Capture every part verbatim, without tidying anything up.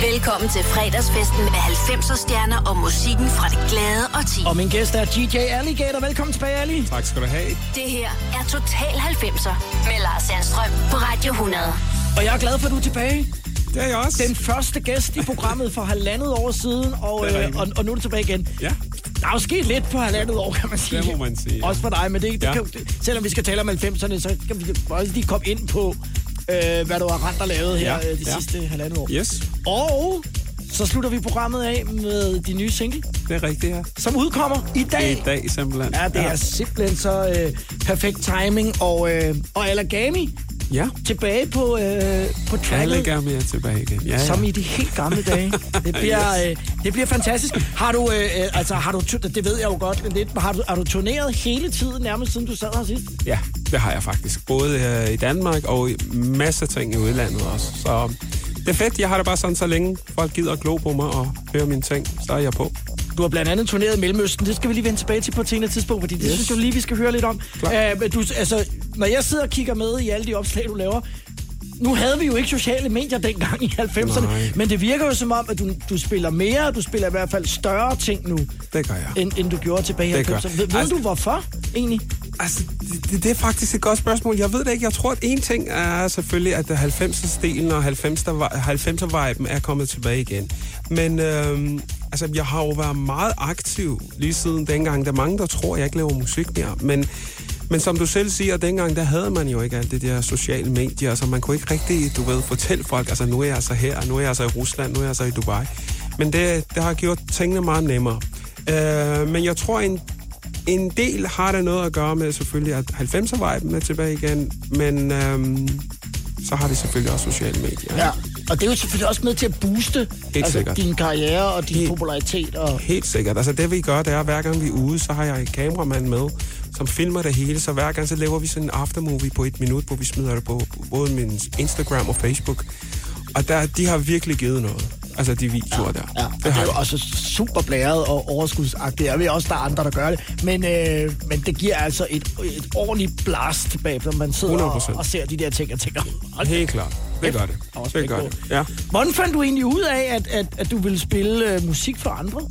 Velkommen til fredagsfesten med halvfemser stjerner og musikken fra det glade årti. Og min gæst er D J Alligator. Velkommen tilbage, Ali. Tak skal du have. Det her er Total halvfemser med Lars Sandstrøm på Radio hundrede. Og jeg er glad for, at du er tilbage. Det er jeg også. Den første gæst i programmet for halvandet år siden, og, øh, og, og nu er du tilbage igen. Ja. Der er jo sket lidt på halvandet år, kan man sige. Det må man sige. Ja. Også for dig, men det, det ja. kan, selvom vi skal tale om halvfemserne, så skal vi også lige komme ind på, øh, hvad du har rent og lavet her ja. øh, de ja. sidste halvandet år. Yes. Og så slutter vi programmet af med de nye single. Det er rigtigt, ja. Som udkommer i dag. I dag, simpelthen. Ja, det ja. er simpelthen så øh, perfekt timing. Og, øh, og Allergami ja. tilbage på, øh, på tracket. Allergami er tilbage igen. Ja, ja. Som i de helt gamle dage. Det bliver, yes. øh, det bliver fantastisk. Har du, øh, altså, har du, det ved jeg jo godt lidt, har du, har du turneret hele tiden, nærmest siden du sad her sidst? Ja, det har jeg faktisk. Både øh, i Danmark og masser af ting i udlandet også. Så det er fedt. Jeg har det bare sådan, så længe folk gider at glo på mig og høre mine ting, så er jeg på. Du har blandt andet turneret i Mellemøsten. Det skal vi lige vende tilbage til på et senere tidspunkt, fordi det yes. synes jeg lige, vi skal høre lidt om. Uh, du, altså, når jeg sidder og kigger med i alle de opslag, du laver, nu havde vi jo ikke sociale medier dengang i halvfemserne, Nej. men det virker jo som om, at du, du spiller mere, du spiller i hvert fald større ting nu, det gør jeg. End, end du gjorde tilbage i halvfemserne. Ved, altså, ved du hvorfor, egentlig? Altså, det, det er faktisk et godt spørgsmål. Jeg ved det ikke. Jeg tror, at en ting er selvfølgelig, at halvfemser-stilen og halvfemser-viben er kommet tilbage igen. Men øhm, altså, jeg har jo været meget aktiv lige siden dengang. Der er mange, der tror, at jeg ikke laver musik mere. Men, men som du selv siger, dengang, der havde man jo ikke alt det der sociale medier. Altså, man kunne ikke rigtig, du ved, fortælle folk, altså, nu er jeg altså her, nu er jeg altså i Rusland, nu er jeg altså i Dubai. Men det, det har gjort tingene meget nemmere. Øh, men jeg tror, en En del har det noget at gøre med selvfølgelig, at halvfemser-viben er tilbage igen, men øhm, så har det selvfølgelig også sociale medier. Ja, og det er jo selvfølgelig også med til at booste altså, din karriere og din helt, popularitet. Og... Helt sikkert. Altså det vi gør, det er, at hver gang vi er ude, så har jeg en kameramand med, som filmer det hele, så hver gang så laver vi sådan en aftermovie på et minut, hvor vi smider det på både min Instagram og Facebook. Og der, de har virkelig givet noget. Altså de videoer ja, der. Ja, det, det er jo også super blæret og overskudsagtigt. Jeg ved også, der er andre, der gør det. Men, øh, men det giver altså et, et ordentligt blast tilbage, når man sidder og, og ser de der ting og tænker... Helt klart. Det gør det. Det gør det. Ja. Hvordan fandt du egentlig ud af, at, at, at du ville spille uh, musik for andre?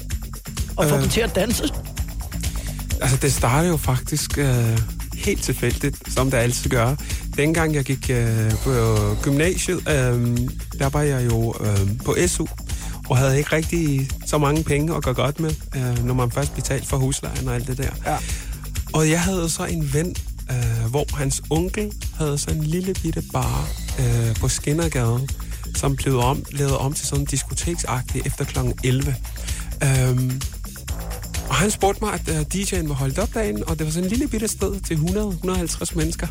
Og få øh, dem til at danse? Altså det startede jo faktisk øh, helt tilfældigt, som det altid gør. Dengang jeg gik øh, på gymnasiet, øh, der var jeg jo øh, på S U, og havde ikke rigtig så mange penge at gå godt med, øh, når man først betalte for huslejen og alt det der. Ja. Og jeg havde så en ven, øh, hvor hans onkel havde sådan en lille bitte bar øh, på Skinnergade, som blev om, lavet om til sådan en diskoteksagtigt efter klokken elleve. Øh, Og han spurgte mig, at uh, D J'en var holdt op dagen, og det var sådan en lille bitte sted til hundrede til hundrede og halvtreds mennesker.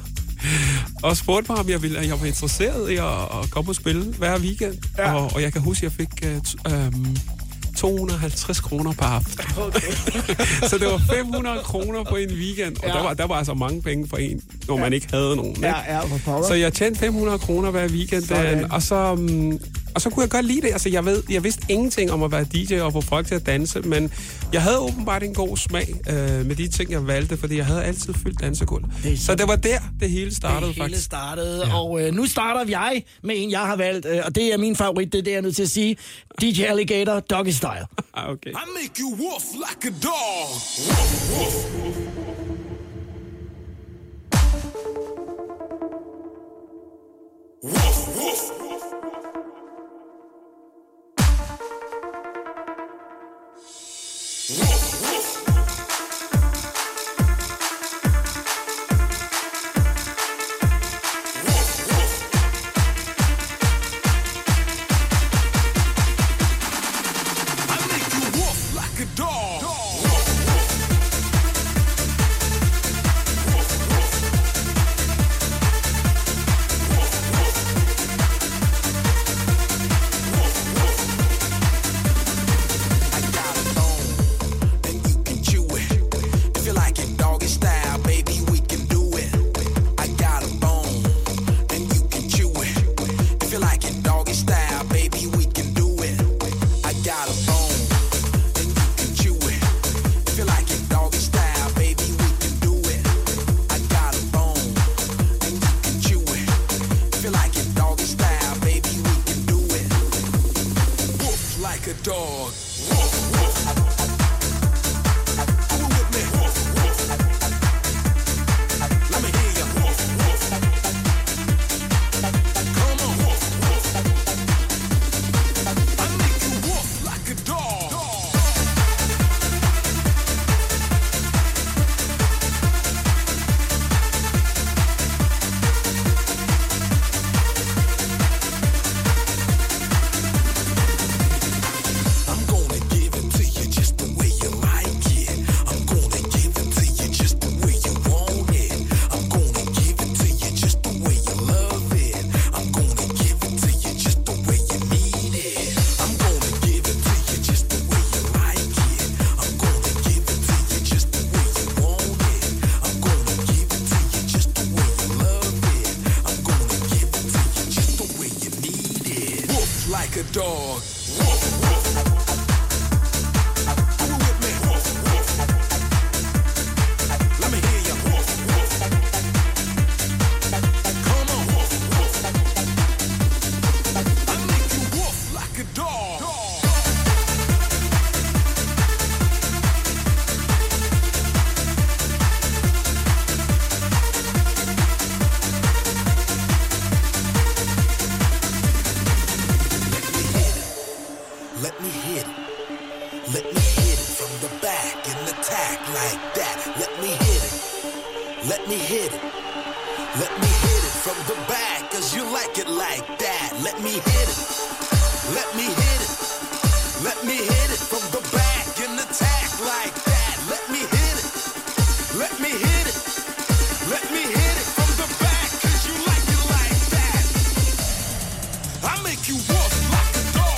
Og spurgte mig, om jeg, ville, at jeg var interesseret i at, at komme og spille hver weekend. Ja. Og, og jeg kan huske, at jeg fik uh, um, to hundrede og halvtreds kroner per aften. Okay. Så det var fem hundrede kroner på en weekend, og ja. der, var, der var altså mange penge for en, når ja. man ikke havde nogen. Ikke? Ja, ja, så jeg tjente fem hundrede kroner hver weekend, dagen, og så... Um, Og så kunne jeg godt lide det. Altså, jeg, ved, jeg vidste ingenting om at være D J og få folk til at danse, men jeg havde åbenbart en god smag øh, med de ting, jeg valgte, fordi jeg havde altid fyldt dansegulv. Så det var der, det hele startede, det hele faktisk. startede, ja. Og øh, nu starter jeg med en, jeg har valgt, øh, og det er min favorit, det er det, jeg er nødt til at sige. D J Alligator, Doggy Style. Okay. I make you woof like a dog. Woof, woof. Woof, woof. dog. Woof, woof. Do it with me. Woof, woof. Let me hear ya. Woof, woof. Come on. Woof, woof. I make you woof like a dog. Like a dog. Woof, woof. Do it with me. Woof, woof. Let me hear ya. Woof, woof. Come on. Woof, woof. I make you woof like a dog. Let me hit it. Let me hit it from the back and attack like that. Let me hit it. Let me hit it. Let me hit it from the back, cause you like it like that. Let me hit it. Let me hit it. Let me hit it from the back and attack like that. Let me hit it. Let me hit it. Let me hit it from the back, cause you like it like that. I make you woof like a dog.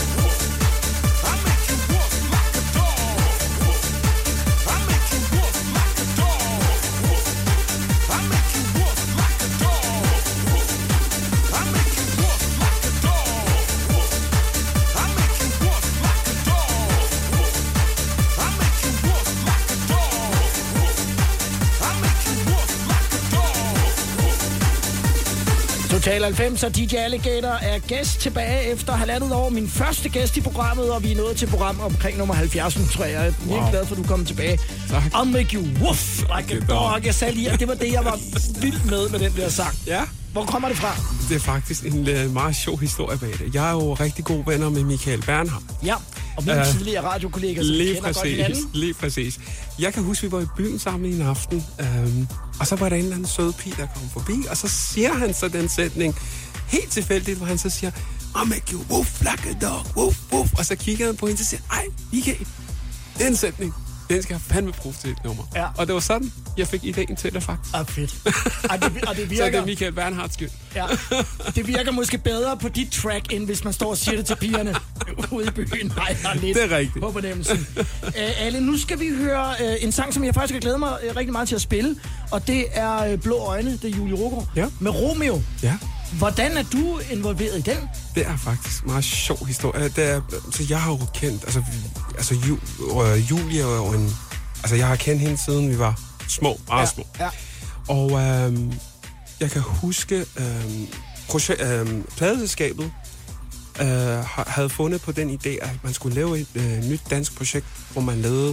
Total halvfems og D J Alligator er gæst tilbage efter halvandet år. Min første gæst i programmet, og vi er nået til program omkring nummer halvfjerds, tror jeg. Jeg er virkelig wow. glad for, at du kom tilbage. Tak. I'll make you woof like a dog. Jeg sagde lige, at det var det, jeg var vild med med den der sang. Ja. Hvor kommer det fra? Det er faktisk en uh, meget sjov historie bag det. Jeg er jo rigtig gode venner med Michael Bernhardt. Ja, og min uh, tidligere radiokollega, som lige kender præcis, godt hinanden. Lige præcis. Jeg kan huske, vi var i byen sammen en aften, um, og så var der en eller anden sød pige, der kom forbi, og så siger han så den sætning, helt tilfældigt, hvor han så siger, I'll make you woof like a dog, woof, woof. Og så kigger han på hende og siger, ej, Michael, den sætning, den skal jeg fandme bruge til et nummer. Ja. Og det var sådan, jeg fik idéen til det faktisk. Ah, fedt. Og det, og det virker... Så det er Michael Bernhardts skyld. Ja. Det virker måske bedre på dit track, end hvis man står og siger det til pigerne ude i byen. Nej, der er lidt det er rigtigt. på fornemmelsen. Uh, Ale, nu skal vi høre uh, en sang, som jeg faktisk har glædet mig uh, rigtig meget til at spille. Og det er uh, Blå Øjne, det er Julie Ruggaard. Ja. Med Romeo. Ja. Hvordan er du involveret i den? Det er faktisk en meget sjov historie. Det er, så jeg har jo kendt, altså, altså Ju, uh, Julie er jo en, altså jeg har kendt hende siden vi var små, meget ja, små. Ja. Og øhm, jeg kan huske, øhm, proje- øhm, pladeselskabet øh, havde fundet på den idé, at man skulle lave et øh, nyt dansk projekt, hvor man lavede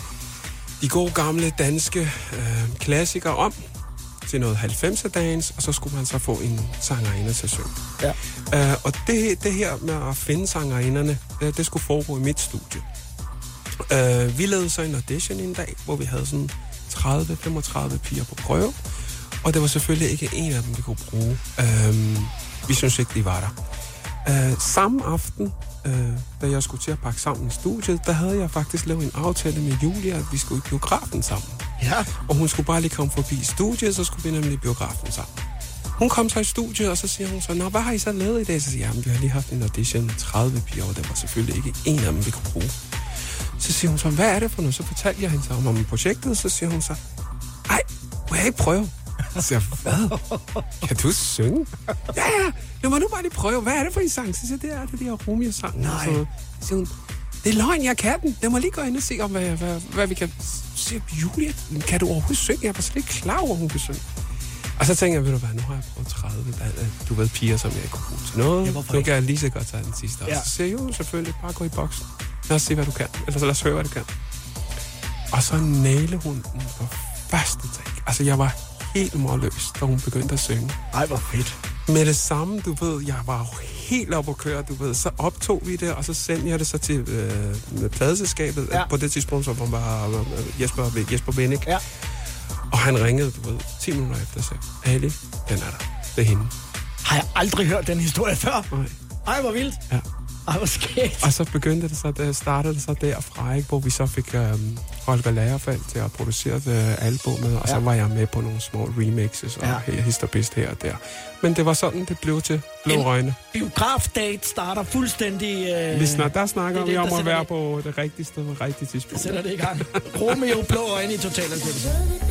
de gode gamle danske øh, klassikere om til noget halvfemser-dans, og så skulle man så få en sangerinde til at synge. Ja. Uh, og det, det her med at finde sangerinderne, det, det skulle foregå i mit studie. Uh, vi lavede så en audition en dag, hvor vi havde sådan tredive til femogtredive piger på prøve, og det var selvfølgelig ikke en af dem, vi kunne bruge. Uh, vi synes ikke, de var der. Uh, samme aften, uh, da jeg skulle til at pakke sammen i studiet, der havde jeg faktisk lavet en aftale med Julia, at vi skulle i biografen sammen. Ja. Og hun skulle bare lige komme forbi studiet, så skulle vi nemlig i biografen sammen. Hun kom så i studiet, og så siger hun så, nå, hvad har I så lavet i dag? Så siger jeg, vi har lige haft en audition med tredive piger, og der var selvfølgelig ikke en af dem, vi kunne bruge. Så siger hun så, hvad er det for noget? Så fortalte jeg hende så om, om projektet, så siger hun så, ej, må jeg ikke prøve? Så siger jeg, hvad? Kan du synge? Ja, ja, nu må du bare lige prøve. Hvad er det for en sang? Så siger jeg, det er det der Romeo-sang. Nej. Så siger hun, det er løgn, jeg kan den. Jeg må lige gå ind og se, om hvad, hvad, hvad vi kan... Så siger Julia, kan du overhovedet synge? Jeg var slet ikke klar over, hun kan synge. Og så tænker jeg, ved du hvad, nu har jeg prøvet tredive, du ved, piger, som jeg ikke kunne bruge til noget. Ja, nu kan jeg lige så godt tage den sidste. Ja. Og så siger jeg, jo, selvfølgelig, bare gå i boksen. Lad os se, hvad du kan. Eller så lad os høre, hvad du kan. Og så næle hun den på første take. Altså, jeg var helt målløs, da hun begyndte at synge. Ej, hvor fedt. Med det samme, du ved, jeg var jo helt op at køre, du ved. Så optog vi det, og så sendte jeg det så til øh, pladeselskabet. Ja. På det tidspunkt, som var øh, Jesper, Jesper Bennik. Ja. Og han ringede, du ved, ti minutter efter og sagde, Ali, den er der. Det er hende. Har jeg aldrig hørt den historie før? Nej. Ej, hvor vildt. Ja. Ej, hvor skægt. Og så begyndte det så, det startede det så derfra, ikke, hvor vi så fik øhm, Holger Lagerfeldt til at producere det albumet, og ja. Så var jeg med på nogle små remixes og ja. Histerbist her og der. Men det var sådan, det blev til Blå Øjne. Biografdate starter fuldstændig... Øh... Vi snak, der snakker det, vi om at være det... på det rigtige sted og rigtige tidspunkt. Det sætter det i gang. Romeo Blå Øjne i Total halvfems.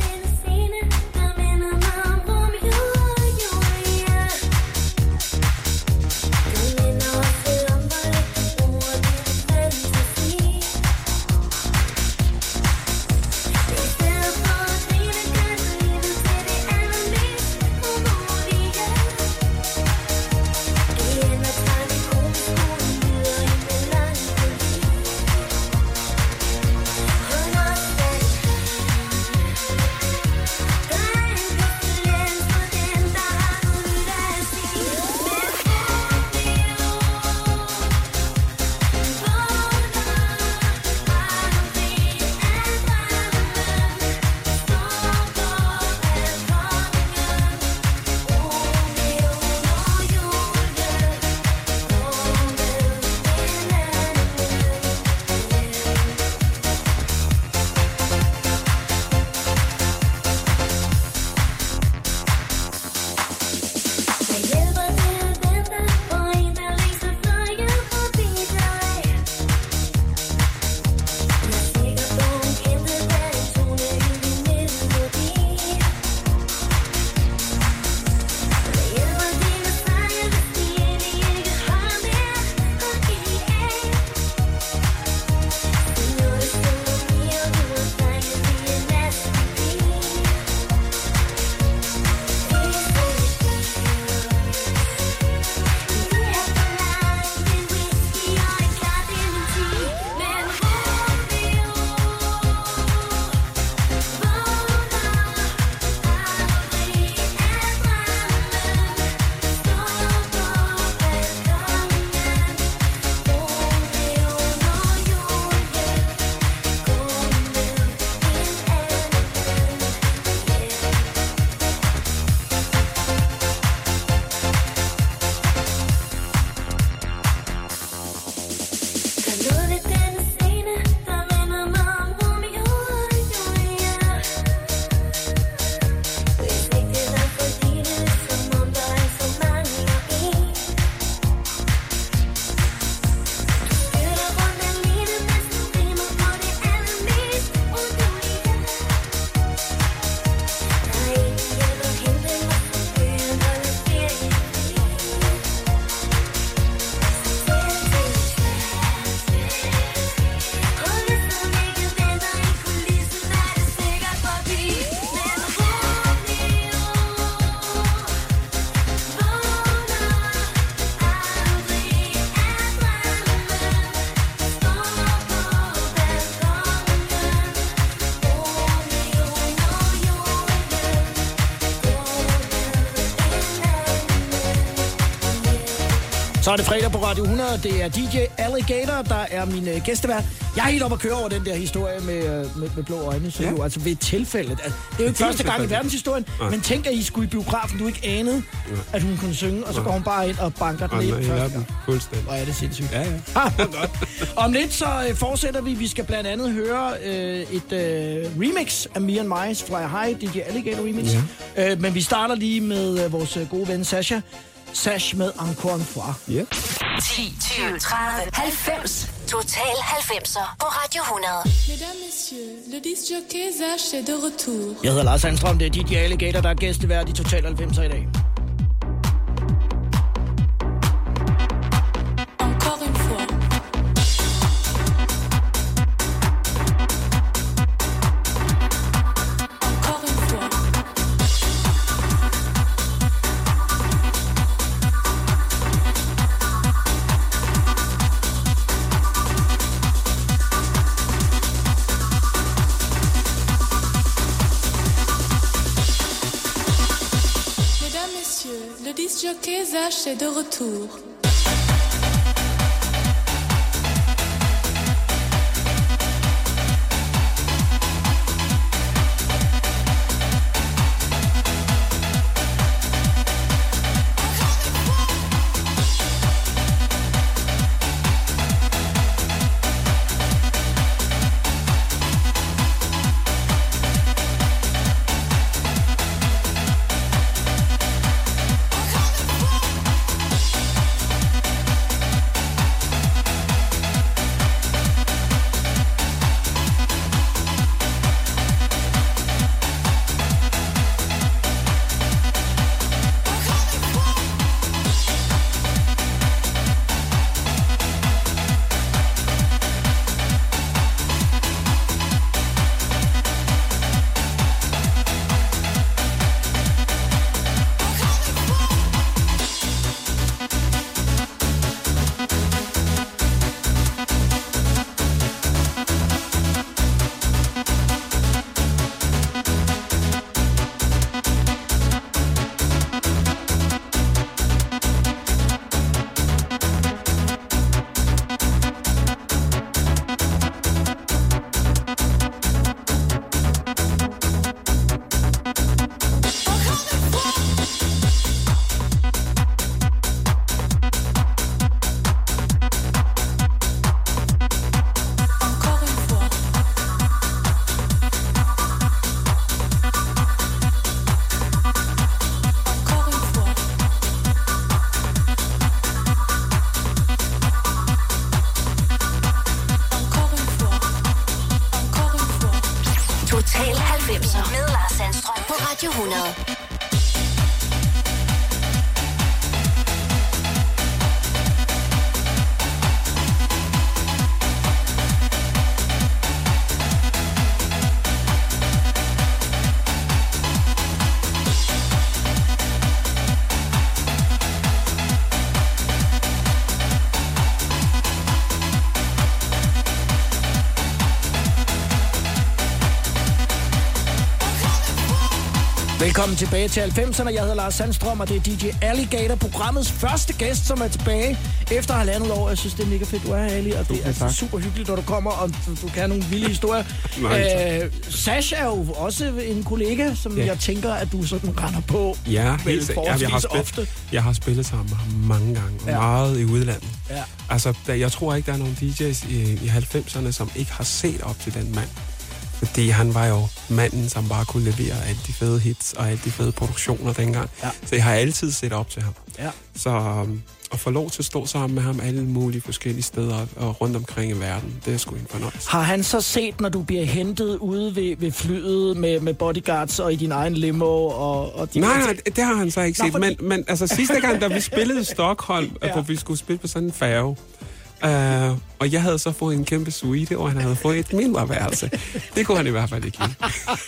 Så er det fredag på Radio hundrede. Det er D J Alligator, der er min øh, gæstevært. Jeg er helt oppe at køre over den der historie med, øh, med, med Blå Øjne, så ja. Jo altså ved tilfældet. Altså, det er jo ikke første gang i verdenshistorien, ja. Men tænk, at I skulle i biografen, du ikke anede, ja. At hun kunne synge, og så ja. Går hun bare ind og banker den ind første gang. Fuldstændig. Hvor er det sindssygt. Ja, ja. Ah, godt. Om lidt så øh, fortsætter vi. Vi skal blandt andet høre øh, et øh, remix af Me and My's Fly High, D J Alligator remix. Ja. Øh, men vi starter lige med øh, vores gode ven Sasha. Sash med Encore une fois. Yeah. ti, tyve, tredive, halvfems. Total halvfemser på Radio hundrede. Mesdames, messieurs, le disc-jockey Sash est de retour. Jeg hedder Lars Sandstrøm, det er D J Alligator, der er gæstevært i Total halvfemser i dag. Encore une fois. Encore une fois. messieurs, le disc-jockey Zach est de retour. Radio hundrede. Velkommen tilbage til halvfemserne. Jeg hedder Lars Sandstrøm, og det er D J Alligator, programmets første gæst, som er tilbage efter halvandet år. Jeg synes, det er mega fedt, du er her, Ali, og det er altså super hyggeligt, når du kommer, og du kan nogle vilde historier. øh, Sash er jo også en kollega, som ja. jeg tænker, at du sådan render på. Ja, helt ja, jeg, har spillet, ofte. jeg har spillet sammen med ham mange gange, ja. meget i udlandet. Ja. Altså, der, jeg tror ikke, der er nogen D J's i, i halvfemserne, som ikke har set op til den mand. Fordi han var jo manden, som bare kunne levere alle de fede hits og alle de fede produktioner dengang. Ja. Så jeg har altid set op til ham. Ja. Så um, at få lov til at stå sammen med ham alle mulige forskellige steder og rundt omkring i verden, det er sgu en fornøjelse. Har han så set, når du bliver hentet ude ved, ved flyet med, med bodyguards og i din egen limo? Og, og de nej, nej, det har han så ikke Nå, set. Fordi... Men, men altså sidste gang, da vi spillede i Stockholm, ja. hvor vi skulle spille på sådan en færge, Uh, og jeg havde så fået en kæmpe suite, og han havde fået et mindre værelse. Det kunne han i hvert fald ikke lide.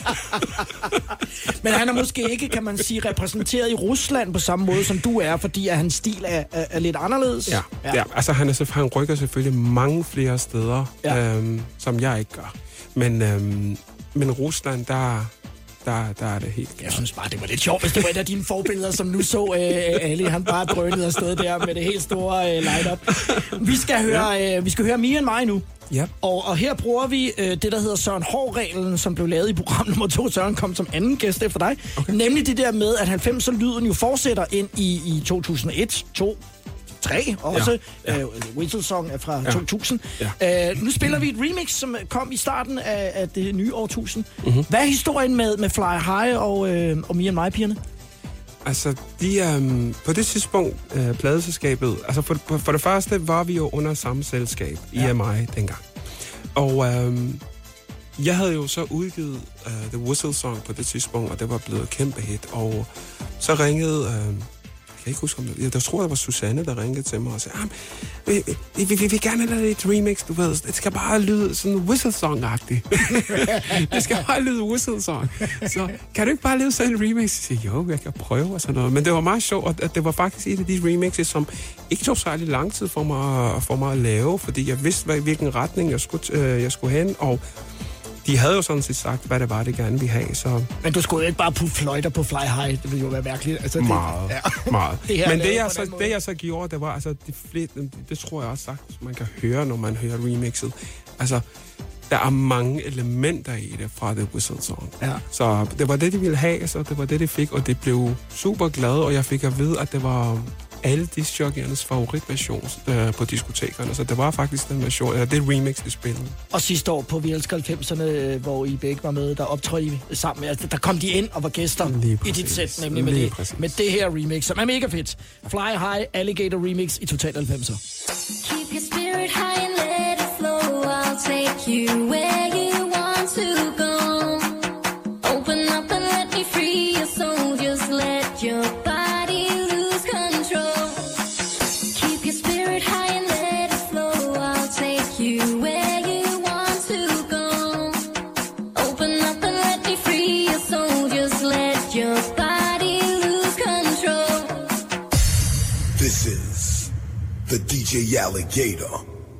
Men han er måske ikke, kan man sige, repræsenteret i Rusland på samme måde, som du er, fordi at hans stil er, er, er lidt anderledes. Ja, ja. ja altså han, er, han rykker selvfølgelig mange flere steder, ja. øhm, som jeg ikke gør. Men, øhm, men Rusland, der... Der, der er det helt klart. Jeg synes bare, det var lidt sjovt, hvis det var et af dine forbilleder, som nu så uh, Ali. Han bare drønede afsted der med det helt store uh, light-up. Vi skal høre, ja. uh, vi skal høre Me and My nu. Ja. Og, og her bruger vi uh, det, der hedder Søren Haahr-reglen, som blev lavet i program nummer to. Søren kom som anden gæst efter dig. Okay. Nemlig det der med, at halvfemser-lyden jo fortsætter ind i, i to tusind og et, to tre også. Ja, ja. Uh, Whistle Song er fra ja. to tusind. Ja. Uh, nu spiller vi et remix, som kom i starten af, af det nye årtusind. Mm-hmm. Hvad er historien med, med Fly High og, uh, og Me and My-pigerne? Altså, de, um, på det tidspunkt, uh, pladeselskabet, altså for, for det første var vi jo under samme selskab, ja. E M I, dengang. Og um, jeg havde jo så udgivet uh, The Whistle Song på det tidspunkt, og det var blevet et kæmpe hit. Og så ringede... Uh, Jeg kan ikke huske, om det, jeg tror, det var Susanne, der ringede til mig og sagde, vi, vi, vi, vi vil gerne lave et remix, du ved. Det skal bare lyde sådan whistle-song-agtigt. Det skal bare lyde whistle-song. Så kan du ikke bare lave sådan en remix? Jeg siger, jo, jeg kan prøve og sådan noget. Men det var meget sjovt, at det var faktisk et af de remixes, som ikke tog særlig lang tid for mig, for mig at lave, fordi jeg vidste, hvilken retning jeg skulle, øh, jeg skulle hen, og de havde jo sådan set sagt, hvad det var, det gerne ville have, så... Men du skulle jo ikke bare putte fløjter på Fly High. Det ville jo være mærkeligt. Altså, det, meget, ja. meget. det Men det jeg, så, det, jeg så gjorde, det var, altså, det, flere, det tror jeg også sagt, man kan høre, når man hører remixet. Altså, der er mange elementer i det fra The Whistle Song. Ja. Så det var det, de ville have, så det var det, de fik, og det blev super glad, og jeg fik at vide, at det var alle discjockernes favoritversion øh, på diskotekerne, så det var faktisk den version, eller det remix, de spillede. Og sidste år på Vi elsker halvfemserne, hvor I begge var med, der optrådte I sammen. Altså, der kom de ind og var gæster i dit sæt, nemlig med det, med det her remix, som er mega fedt. Fly High Alligator Remix i Total halvfemser. Keep your spirit high and let it flow. I'll take you where you want to go. Open up and let me free your soul. Just let your body lose control. Keep your spirit high and let it flow. I'll take you where you want to go. Open up and let me free your soul. Just let your body lose control. This is the D J Alligator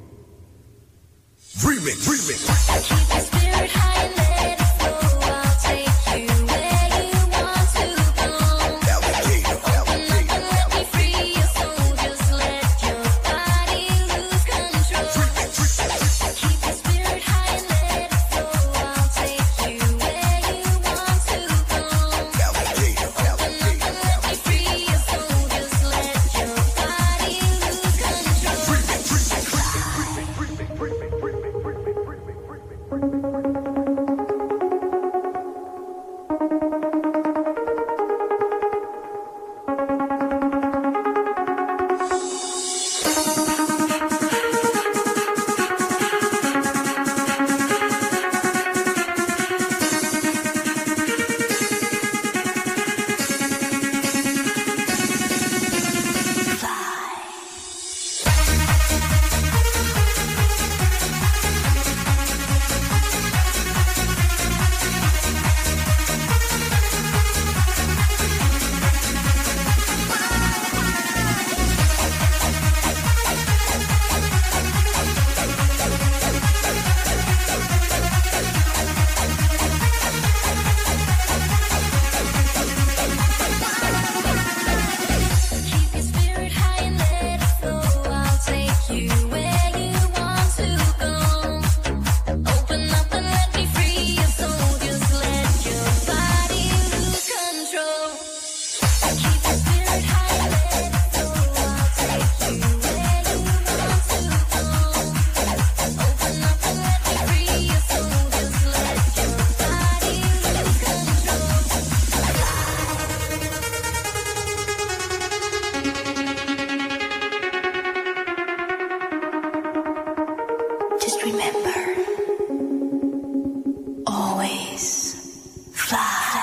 Remix, remix. Keep your spirit high and let it flow. I'll take you where you want to go. Alligator, Open up and let me free your soul. Just let your body lose control. Keep your spirit high and let it flow. I'll take you where you want to go. alligator, Open up and let me free your soul. Just let your body lose control. Keep your spirit high and let it flow. I'll take you where you want to go. Open up and let me free your soul. Just let your body lose control. Keep your spirit high and let it flow. I'll take you where you want to go. Open up and let me free your soul. Just let your body lose control. Just remember, always fly.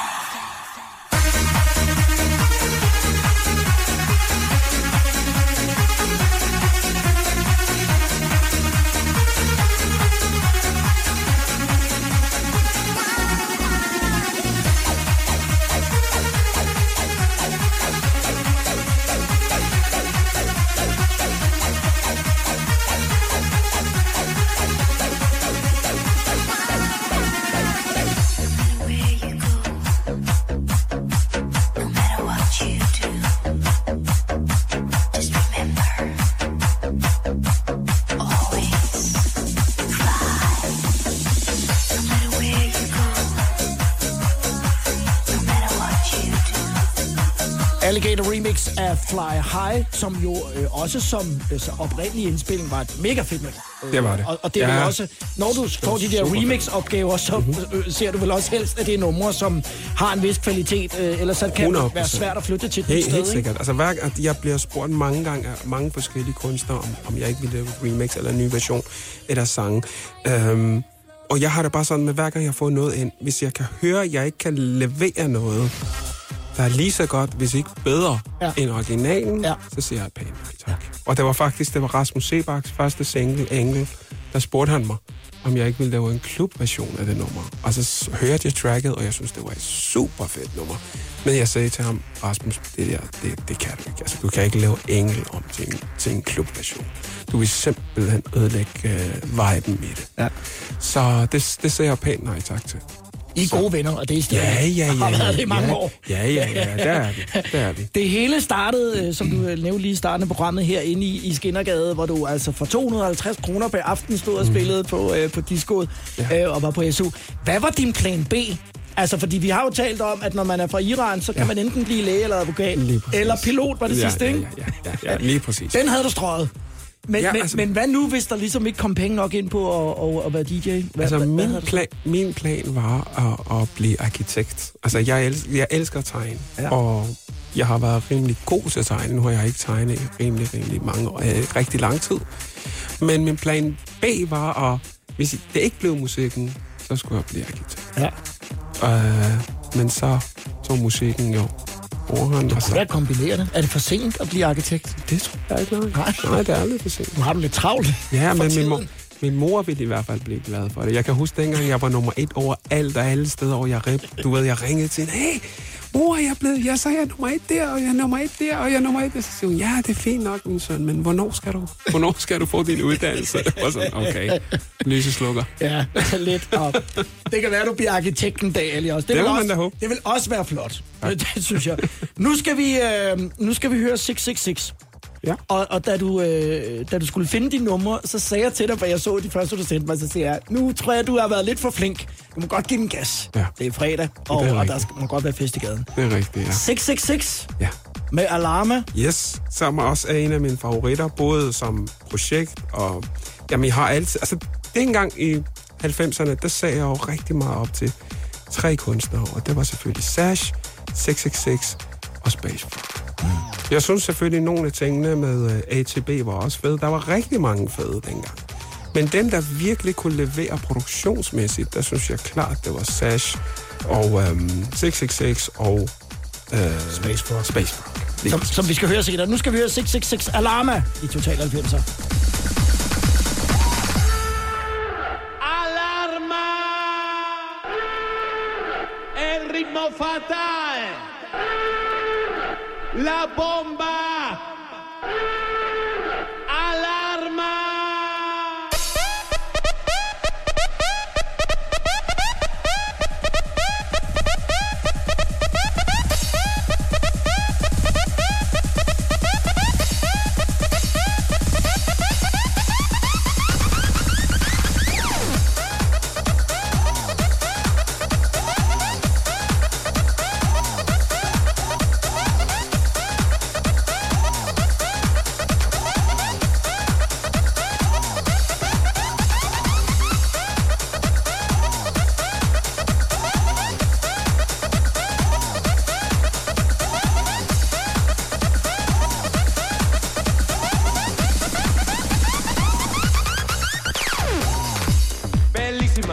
Where you go, no matter what you do, just remember, always fly. No matter where you go, no matter what you do. Alligator Remix af Fly High, som jo øh, også som øh, så oprindelig indspilling var et mega fedt nummer. Det var det. Og, og det er Ja. vel også, når du får de der super remix-opgaver, så Mhm. øh, ser du vel også helst, at det er numre, som har en vis kvalitet, øh, ellers så kan det hundrede være procent. svært at flytte til et nyt Helt, sted, helt ikke? sikkert. Altså, hver, at jeg bliver spurgt mange gange af mange forskellige kunstnere, om, om jeg ikke vil lave et remix eller en ny version af deres sange. Øhm, og jeg har det bare sådan med, hver gang jeg får noget ind, hvis jeg kan høre, at jeg ikke kan levere noget, der er lige så godt, hvis ikke bedre, Ja. ja. end originalen, Ja. ja. så siger jeg pænt nej tak. Ja. Og det var faktisk, det var Rasmus Sebaks første single, Engel, der spurgte han mig, om jeg ikke ville lave en klubversion af det nummer. Og så s- hørte jeg tracket, og jeg synes, det var et super fedt nummer. Men jeg sagde til ham, Rasmus, det der, det, det kan du ikke. Altså, du kan ikke lave Engel om til en, til en klubversion. Du vil simpelthen ødelægge øh, viben i det. Ja. Så det, det ser jeg pænt nej tak til. I er gode venner, og det er stadig. Ja, ja, ja. Har været det i mange ja, år. Ja, ja, ja, der er vi. Der er vi. Det hele startede, som du nævnte lige i starten af programmet, herinde i, i Skindergade, hvor du altså for to hundrede og halvtreds kroner per aften stod og spillede på, øh, på discoet Ja. øh, og var på S U. Hvad var din plan B? Altså, fordi vi har jo talt om, at når man er fra Iran, så kan Ja. man enten blive læge eller advokat. Eller pilot, var det ja, sidste, ja, ikke? ja, ja, ja, ja, lige præcis. Den havde du strøget. Men, Ja, men, altså- men hvad nu, hvis der ligesom ikke kom penge nok ind på at, at, at være D J? Hvad, Altså, hvad, hvad min, havde du? plan, min plan var at, at blive arkitekt. Altså, jeg, elsker, jeg elsker at tegne, Ja. ja. og jeg har været rimelig god til at tegne. Nu har jeg ikke tegnet i rimelig, rimelig mange år, øh, rigtig lang tid. Men min plan B var, at hvis det ikke blev musikken, så skulle jeg blive arkitekt. Ja. Øh, men så tog musikken jo overhånd. Og så, Hvad kombinerer det? Er det for sent at blive arkitekt? det tror jeg ikke noget. Nej. Nej, det er aldrig for sent. Nu har du lidt travlt. Ja, for men min tiden. mor, min mor ville i hvert fald blive glad for det. Jeg kan huske dengang, jeg var nummer et over alt og alle steder, hvor jeg rip. Du ved, jeg ringede til hende. Hey, mor, jeg er blevet, jeg så er jeg nummer et der, og jeg er nummer et der, og jeg er nummer et der. Så siger hun, ja, det er fint nok, min søn, men hvornår skal du, hvornår skal du få din uddannelse? Det var sådan, okay, lyset slukker. Ja, lidt op. Det kan være, du bliver arkitekt en dag, Ali, også. Det vil må man også, da håbe. Det vil også være flot. Det, det synes jeg. Nu skal vi, øh, nu skal vi høre seks seks seks. Ja. Og, og da, du, øh, da du skulle finde dine numre, så sagde jeg til dig, for jeg så de første, du sendte mig, så siger jeg, nu tror jeg, du har været lidt for flink. Du må godt give den gas. Ja. Det er fredag, og, er og der rigtigt. skal, må godt være fest i gaden. Det er rigtigt, ja. seks seks seks Ja. med Alarma. Yes, som også er en af mine favoritter, både som projekt og... Jamen, jeg har altid... Altså, dengang i halvfemserne, der sagde jeg jo rigtig meget op til tre kunstnere, og det var selvfølgelig Sash, seks seks seks og Space Funk. Mm. Jeg synes selvfølgelig, at nogle af tingene med uh, A T B var også fede. Der var rigtig mange fede dengang. Men dem, der virkelig kunne levere produktionsmæssigt, der synes jeg klart, det var Sash og um, seks seks seks og uh, Space Funk. Space Funk. Lige Som, præcis. som vi skal høre senere. Nu skal vi høre seks seks seks Alarma i Total halvfemser. Alarma! El ritmo fatal! La bomba! Alarma! Bellissima!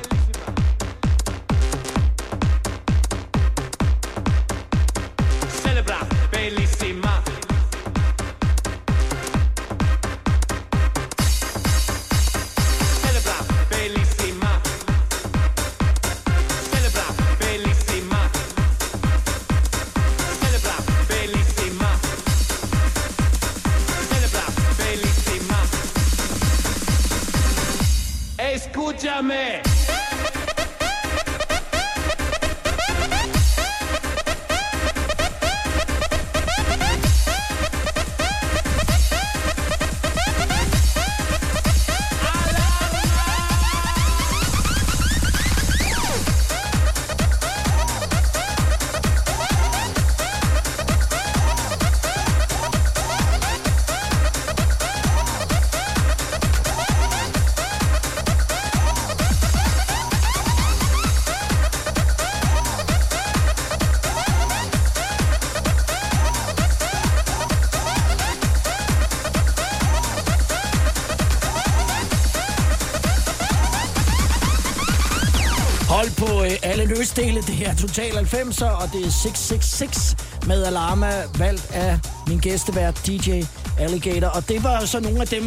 Celebra, bellissima! Celebra, bellissima! Celebra, bellissima! Celebra, bellissima! Celebra, bellissima! Escúchame. Hold på øh, alle løsdele. Det her Total halvfemser, og det er seks seks seks med Alarma, valgt af min gæstevært D J Alligator. Og det var så nogle af dem,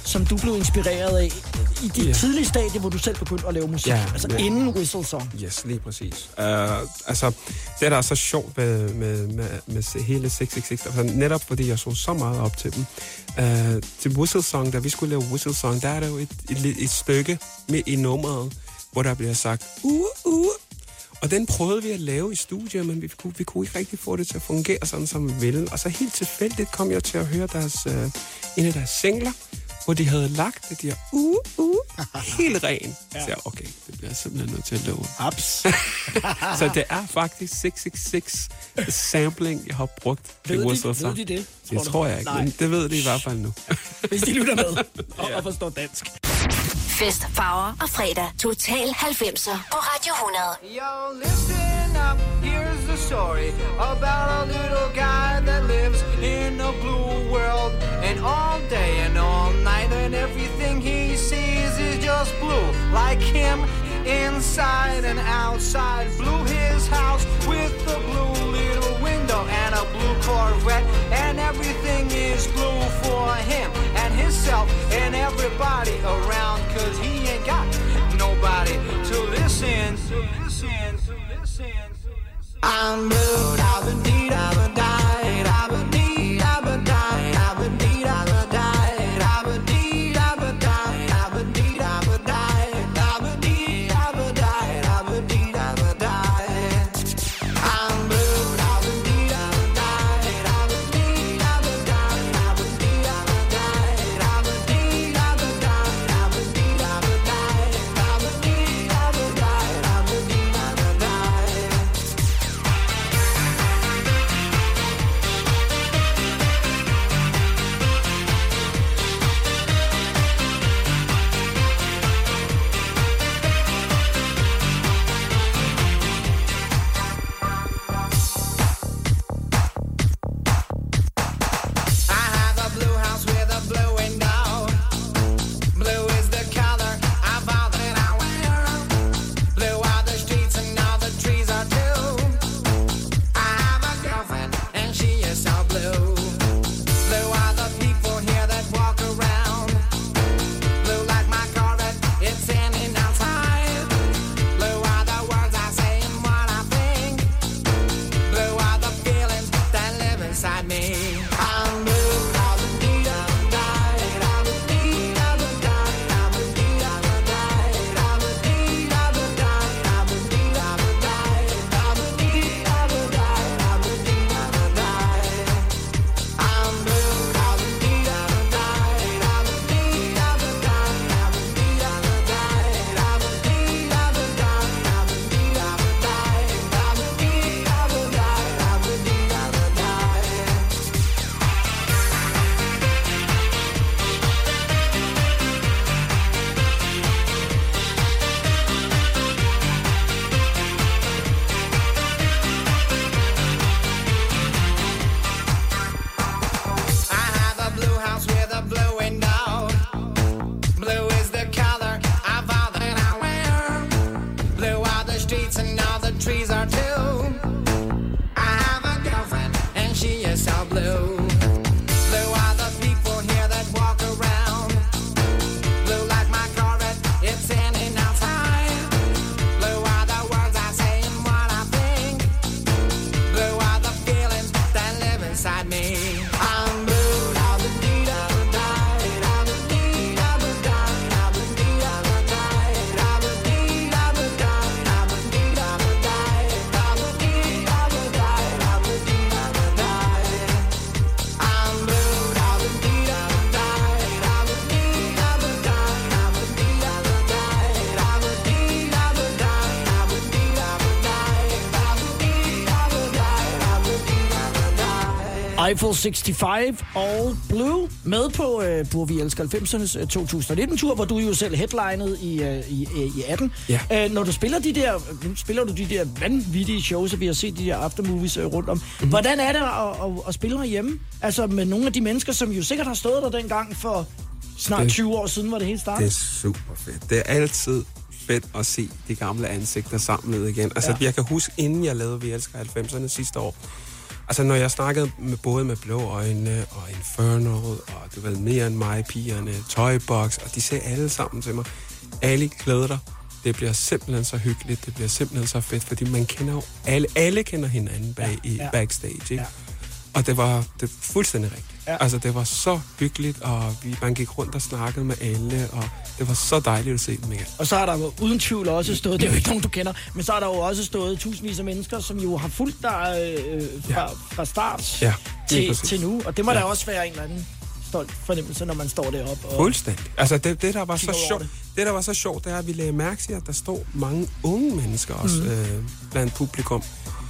som du blev inspireret af i dit Ja. tidlige stadie, hvor du selv begyndte at lave musik? Ja, altså ja. inden Whistle Song. Yes, lige præcis. Uh, altså, det der er så sjovt med, med, med, med hele seks seks seks, altså, netop fordi jeg så så meget op til dem. Uh, til Whistle Song, da vi skulle lave Whistle Song, der er der jo et, et, et stykke med i nummeret, hvor der bliver sagt, uh, uh. Og den prøvede vi at lave i studiet, men vi kunne, vi kunne ikke rigtig få det til at fungere sådan, som vi ville. Og så helt tilfældigt kom jeg til at høre deres, uh, en af deres singler, hvor de havde lagt det der uh, uh, helt ren. Ja. Så jeg, okay, det bliver jeg simpelthen nødt til at love. Ups. Så det er faktisk seks seks seks sampling, jeg har brugt i Ved Whistle de, Song. ved de det? Det tror jeg ikke, Nej. men det ved de i hvert fald nu. Hvis de lytter med og, og forstår dansk. Fest, farver og fredag. Total halvfemser på Radio hundrede. Yo, listen up, here's the story about a little guy that lives in a blue world. And all day and all night, and everything he sees is just blue. Like him, inside and outside. Blue his house with a blue little window and a blue Corvette. And everything is blue for him and himself and everybody around. Cause he ain't got nobody to listen, to listen, to listen, to listen. I'm blue, I've been deed, I've been died, I've been deed, I've been died, I've been deed, I've been died, I've been deed, I've been died, I've been deed, I've been died, I've been deed, I've been died, I've been deed, I've been died. I'm blue, I've been deed, I've been died, I've been deed, I've been died, I've been deed, I've been died, I've been deed, I've been died, I've been deed, I've been died, I've been deed, I've been died, I've been deed, I've been died. I have a blue house with a blue window. Blue is the color of all that I wear. Blue are the streets and all the trees are too. I have a girlfriend and she is so blue. Blue are the people here that walk around. Blue like my Corvette, it's standing outside. Blue are the words I say and what I think. Blue are the feelings that live inside me. I'm blue, I've been deed, I've been died, I've been deed, I've been died, I've been deed, I've been died, I've been deed, I've been died, I've been deed, I've been died, I've been deed, I've been died, I've been deed, I've been died. I'm blue, I've been deed, I've been died, I've been deed, I've been died, I've been deed, I've been died, I've been deed, I've been died, I've been deed, I've been died, I've been deed, I've been died, I've been deed, I've been died. I have a blue house with a blue window. Blue is the color of all that I wear. Blue are the streets and all the trees are too. I have a girlfriend and she is so blue. Blue are the people here that walk around. Blue like my Corvette, it's standing outside. Blue are the words I say and what I think. Blue are the feelings that live inside me. I'm blue, I've been deed, I've been died, I've been deed, I've been died, I've been deed, I've been died, I've been deed, I've been died, I've been deed, I've been died, I've been deed, I've been died, I've been deed, I've been died. I'm blue, I've been deed, I've been died, I've been deed, I've been died, I've been deed, I've been died, I've been deed, I've been died, I've been deed, I've been died, I've been deed, I've been died, I've been deed, I've been died. Eiffel seksogtres All Blue med på øh, Bur Vi Elsker halvfemsernes øh, to tusind nitten-tur, hvor du jo selv headlinede i, øh, i, øh, i atten. Ja. Øh, når du spiller de der, nu spiller du de der vanvittige shows, og vi har set de der aftermovies øh, rundt om. Mm-hmm. Hvordan er det at, at, at spille herhjemme? Altså med nogle af de mennesker, som jo sikkert har stået der dengang for snart Det- tyve år siden, hvor det hele Det startede. er super fedt. Det er altid fedt at se de gamle ansigter samlet igen. Altså, Ja. ja. jeg kan huske, inden jeg lavede Vi Elsker halvfemserne sidste år, Altså, når jeg snakkede med, både med Blå Øjne og Infernal, og du ved, Mere End Mig, pigerne, Toybox, og de sagde alle sammen til mig, Ali, glæder dig. Det bliver simpelthen så hyggeligt, det bliver simpelthen så fedt, fordi man kender jo alle, alle kender hinanden bag ja, ja. i backstage, ikke? Ja. Og det var, det var fuldstændig rigtigt. Ja. Altså, det var så hyggeligt, og vi, man gik rundt og snakkede med alle, og det var så dejligt at se dem igen. Og så har der jo uden tvivl også stået, det er jo ikke nogen, du kender, men så har der jo også stået tusindvis af mennesker, som jo har fulgt dig øh, fra, ja. fra start ja, til, til nu. Og det må ja. da også være en eller anden stolt fornemmelse, når man står deroppe. Og fuldstændig. Altså, det, det der var så sjovt, det. det der var så sjovt, det er, at vi lagde mærke til, at der stod mange unge mennesker også mm. øh, blandt publikum.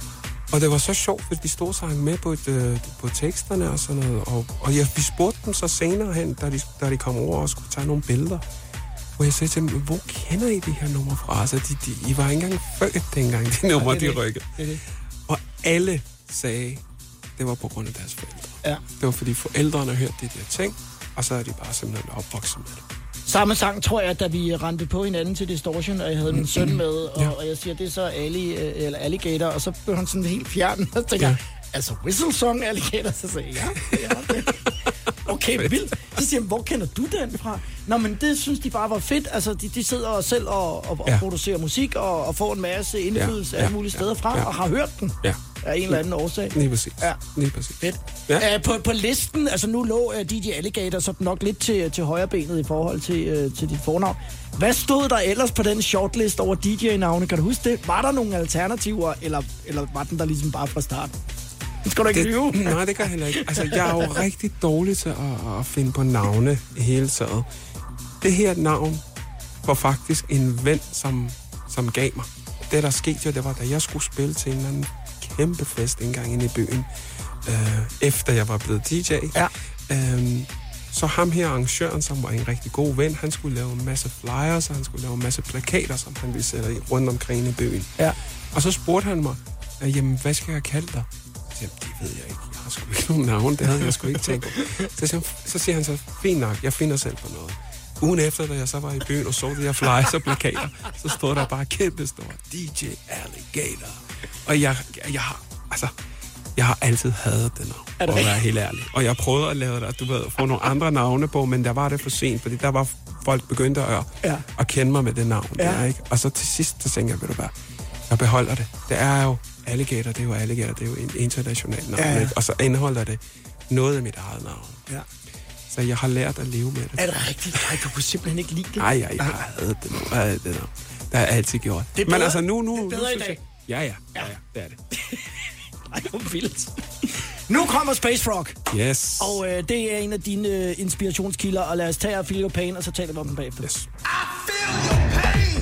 Og det var så sjovt, at de stod sig med på, et, øh, på teksterne og sådan noget. Og, og jeg, vi spurgte dem så senere hen, da de, da de kom over og skulle tage nogle billeder. Hvor jeg sagde til dem, hvor kender I de her numre fra? Altså, de, de, I var ikke engang født dengang, de numre, ja, de rykkede. Og alle sagde, det var på grund af deres forældre. Ja. Det var fordi forældrene hørte de der ting, og så er de bare simpelthen opvokset med det. Samme sang, tror jeg, da vi rendte på hinanden til Distortion, og jeg havde min søn med, og, ja. og jeg siger, det er så Ali, eller Alligator, og så blev han sådan helt fjern, og så tænker jeg, ja. altså Whistle Song Alligator, så sagde jeg, ja, ja, det. Okay, vildt. Så siger jeg, hvor kender du den fra? Nå, men det synes de bare var fedt, altså de, de sidder selv og, og, ja. og producerer musik, og, og får en masse indflydelse ja. alle mulige steder fra, ja. og har hørt den. Ja. Af en eller anden årsag. Lige præcis. Ja. Lige præcis. Fedt. Ja. Uh, på, på listen, altså nu lå uh, D J Alligator så nok lidt til, til højre benet i forhold til, uh, til dit fornavn. Hvad stod der ellers på den shortlist over D J-navne? Kan du huske det? Var der nogle alternativer, eller, eller var den der ligesom bare fra start? Det skal du ikke lyve. Nej, det gør jeg heller ikke. Altså, jeg er jo rigtig dårlig til at, at finde på navne i hele taget. Det her navn var faktisk en ven, som, som gav mig. Det, der skete jo, det var, da jeg skulle spille til en eller anden kæmpe fest engang inde i byen, øh, efter jeg var blevet D J. Ja. Øhm, så ham her, arrangøren, som var en rigtig god ven, han skulle lave en masse flyers, og han skulle lave en masse plakater, som han ville sætte rundt omkring i byen. Ja. Og så spurgte han mig, jamen, hvad skal jeg kalde dig? Så siger, det ved jeg ikke. Jeg har sgu ikke nogen navn, det havde jeg sgu ikke tænkt på. Så siger, så siger han så, fint nok, jeg finder selv på noget. Ugen efter, da jeg så var i byen og så de her flyers og plakater, så stod der bare kæmpe stort D J Alligator. Og jeg, jeg, jeg har, altså, jeg har altid hadet det navn, for at være helt ærlig. Og jeg prøvede at lave det, du ved, at få nogle andre navne på, men der var det for sent, fordi der var folk begyndte at, ja. at kende mig med det navn. Ja. Der, ikke? Og så til sidst, så tænkte jeg, ved du hvad, jeg beholder det. Det er jo Alligator, det er jo Alligator, det er jo en international navn, ja, ja. Og så indeholder det noget af mit eget navn. Ja. Så jeg har lært at leve med det. Er det rigtigt? Nej, du kunne simpelthen ikke lide det. Nej, jeg, jeg har hadet det nu. Jeg det nu. Det har jeg altid gjort. Det er bedre, men altså nu, nu, det er bedre nu, i dag. Ja, ja, ja, ja, det er det. Ej, hvor vildt. Nu kommer Space Frog. Yes. Og øh, det er en af dine øh, inspirationskilder, og lad os tage Feel Your Pain, og så taler vi om den bagefter. Yes. I feel your pain.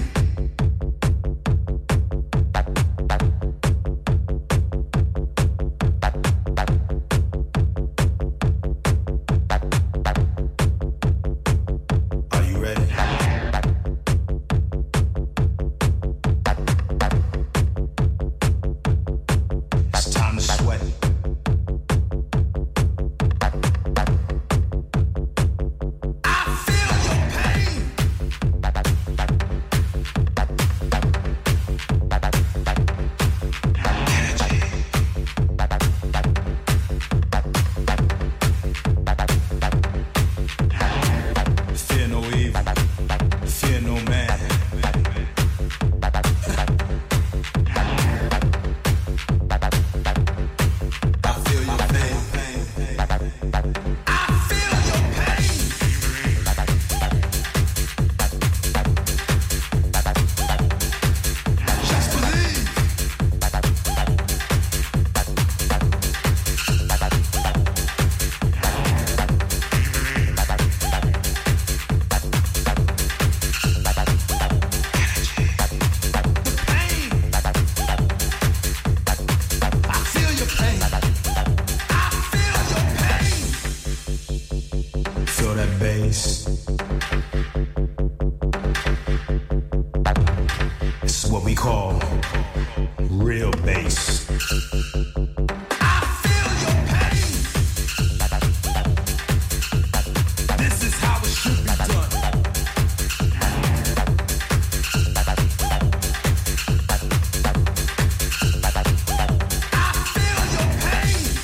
Pain.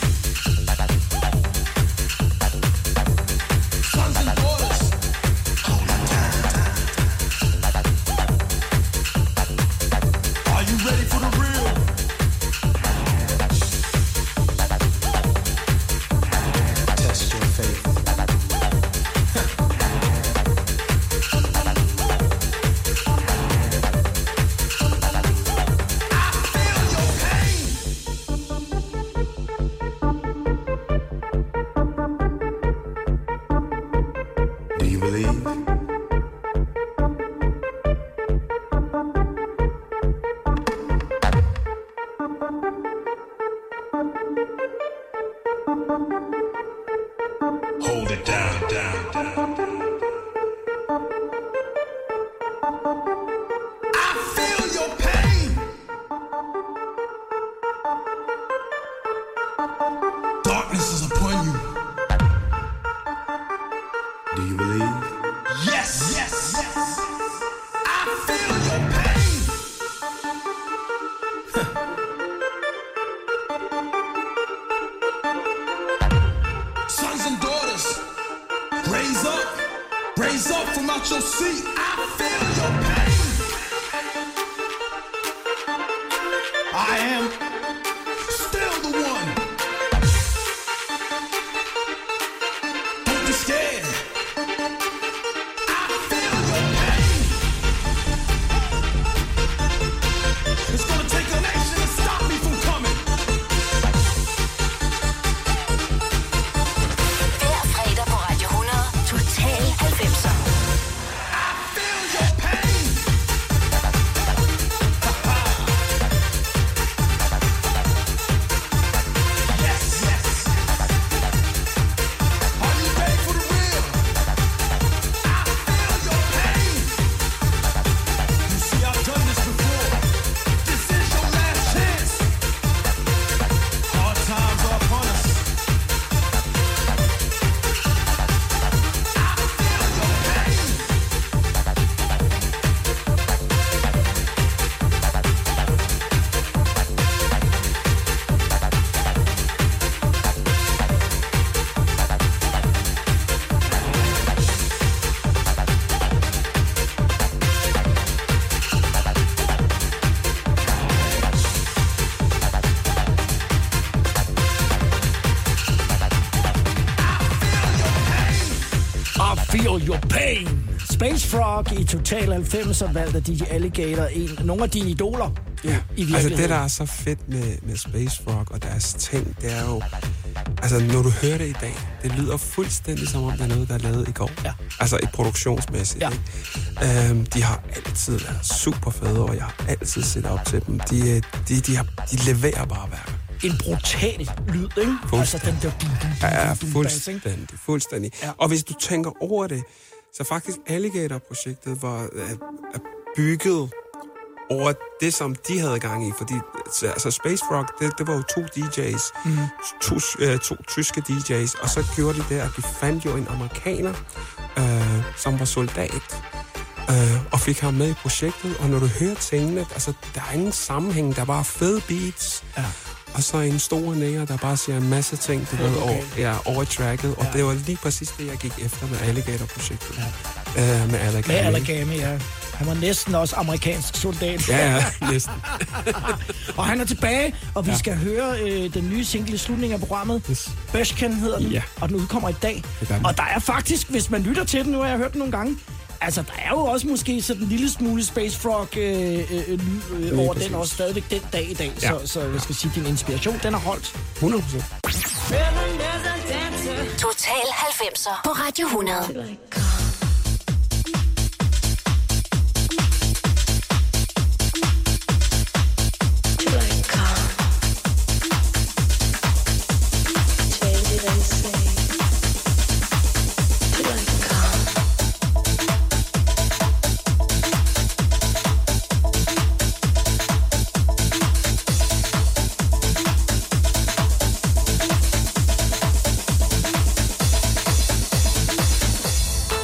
Hold it down, down, down. I feel your pain. Darkness is upon you. Do you believe? Yes, yes, yes. I feel your pain. Sons and daughters, raise up, raise up from out your seat. I feel your pain. I am still the one. Don't be scared. I feel your pain. It's gonna take an action to stop me from coming. Hver fredag på Radio hundrede. Total halvfemser. I feel your pain. Yes, yes. Are you ready for the real? I feel your pain. You see, I've done this before. This is your last chance. Hard times are upon us. I feel your pain. I feel your pain. Space Frog i Total halvfemser valgte D J Alligator en, nogle af dine idoler Ja, i altså virkeligheden. det, der er så fedt med, med Space Rock og deres ting, det er jo... Altså, når du hører det i dag, det lyder fuldstændig som om, det er noget, der er lavet i går. Ja. Altså, i produktionsmæssigt, Ja. ikke? Øhm, de har altid været super fede, og jeg har altid set op til dem. De, øh, de, de, har, de leverer bare værker. En brutal lyd, ikke? Altså den der... Dum, dum, Ja, ja, dum, dum, bass, ikke? fuldstændig, fuldstændig. Ja. Og hvis du tænker over det, så faktisk Alligator-projektet var er, er bygget over det, som de havde gang i. Fordi så- altså Space Rock, det, det var jo to D J's, mm. to, øh, to tyske D J's, og så gjorde de det, at de fandt jo en amerikaner, øh, som var soldat, øh, og fik ham med i projektet. Og når du hører tingene, altså der er ingen sammenhæng, der er bare fede beats. Ja. Og så en stor nære, der bare siger en masse ting, du ved, over, ja, over tracket. Og Ja. det var lige præcis det, jeg gik efter med Alligator-projektet. Ja. Øh, med Alligator. Med Allegami, ja. Han var næsten også amerikansk soldat. Ja, ja, næsten. Og han er tilbage, og vi ja. skal høre øh, den nye single i slutningen af programmet. Yes. Bøschken hedder den, Ja. og den udkommer i dag. Det gør den. Og der er faktisk, hvis man lytter til den, nu har jeg hørt den nogle gange, altså der er jo også måske sådan en lille smule Space Frog øh, øh, lyd øh, over præcis. den også stadigvæk den dag i dag. Ja. Så, så jeg skal sige, din inspiration, den har holdt. hundrede procent. Total halvfemser på Radio hundrede. I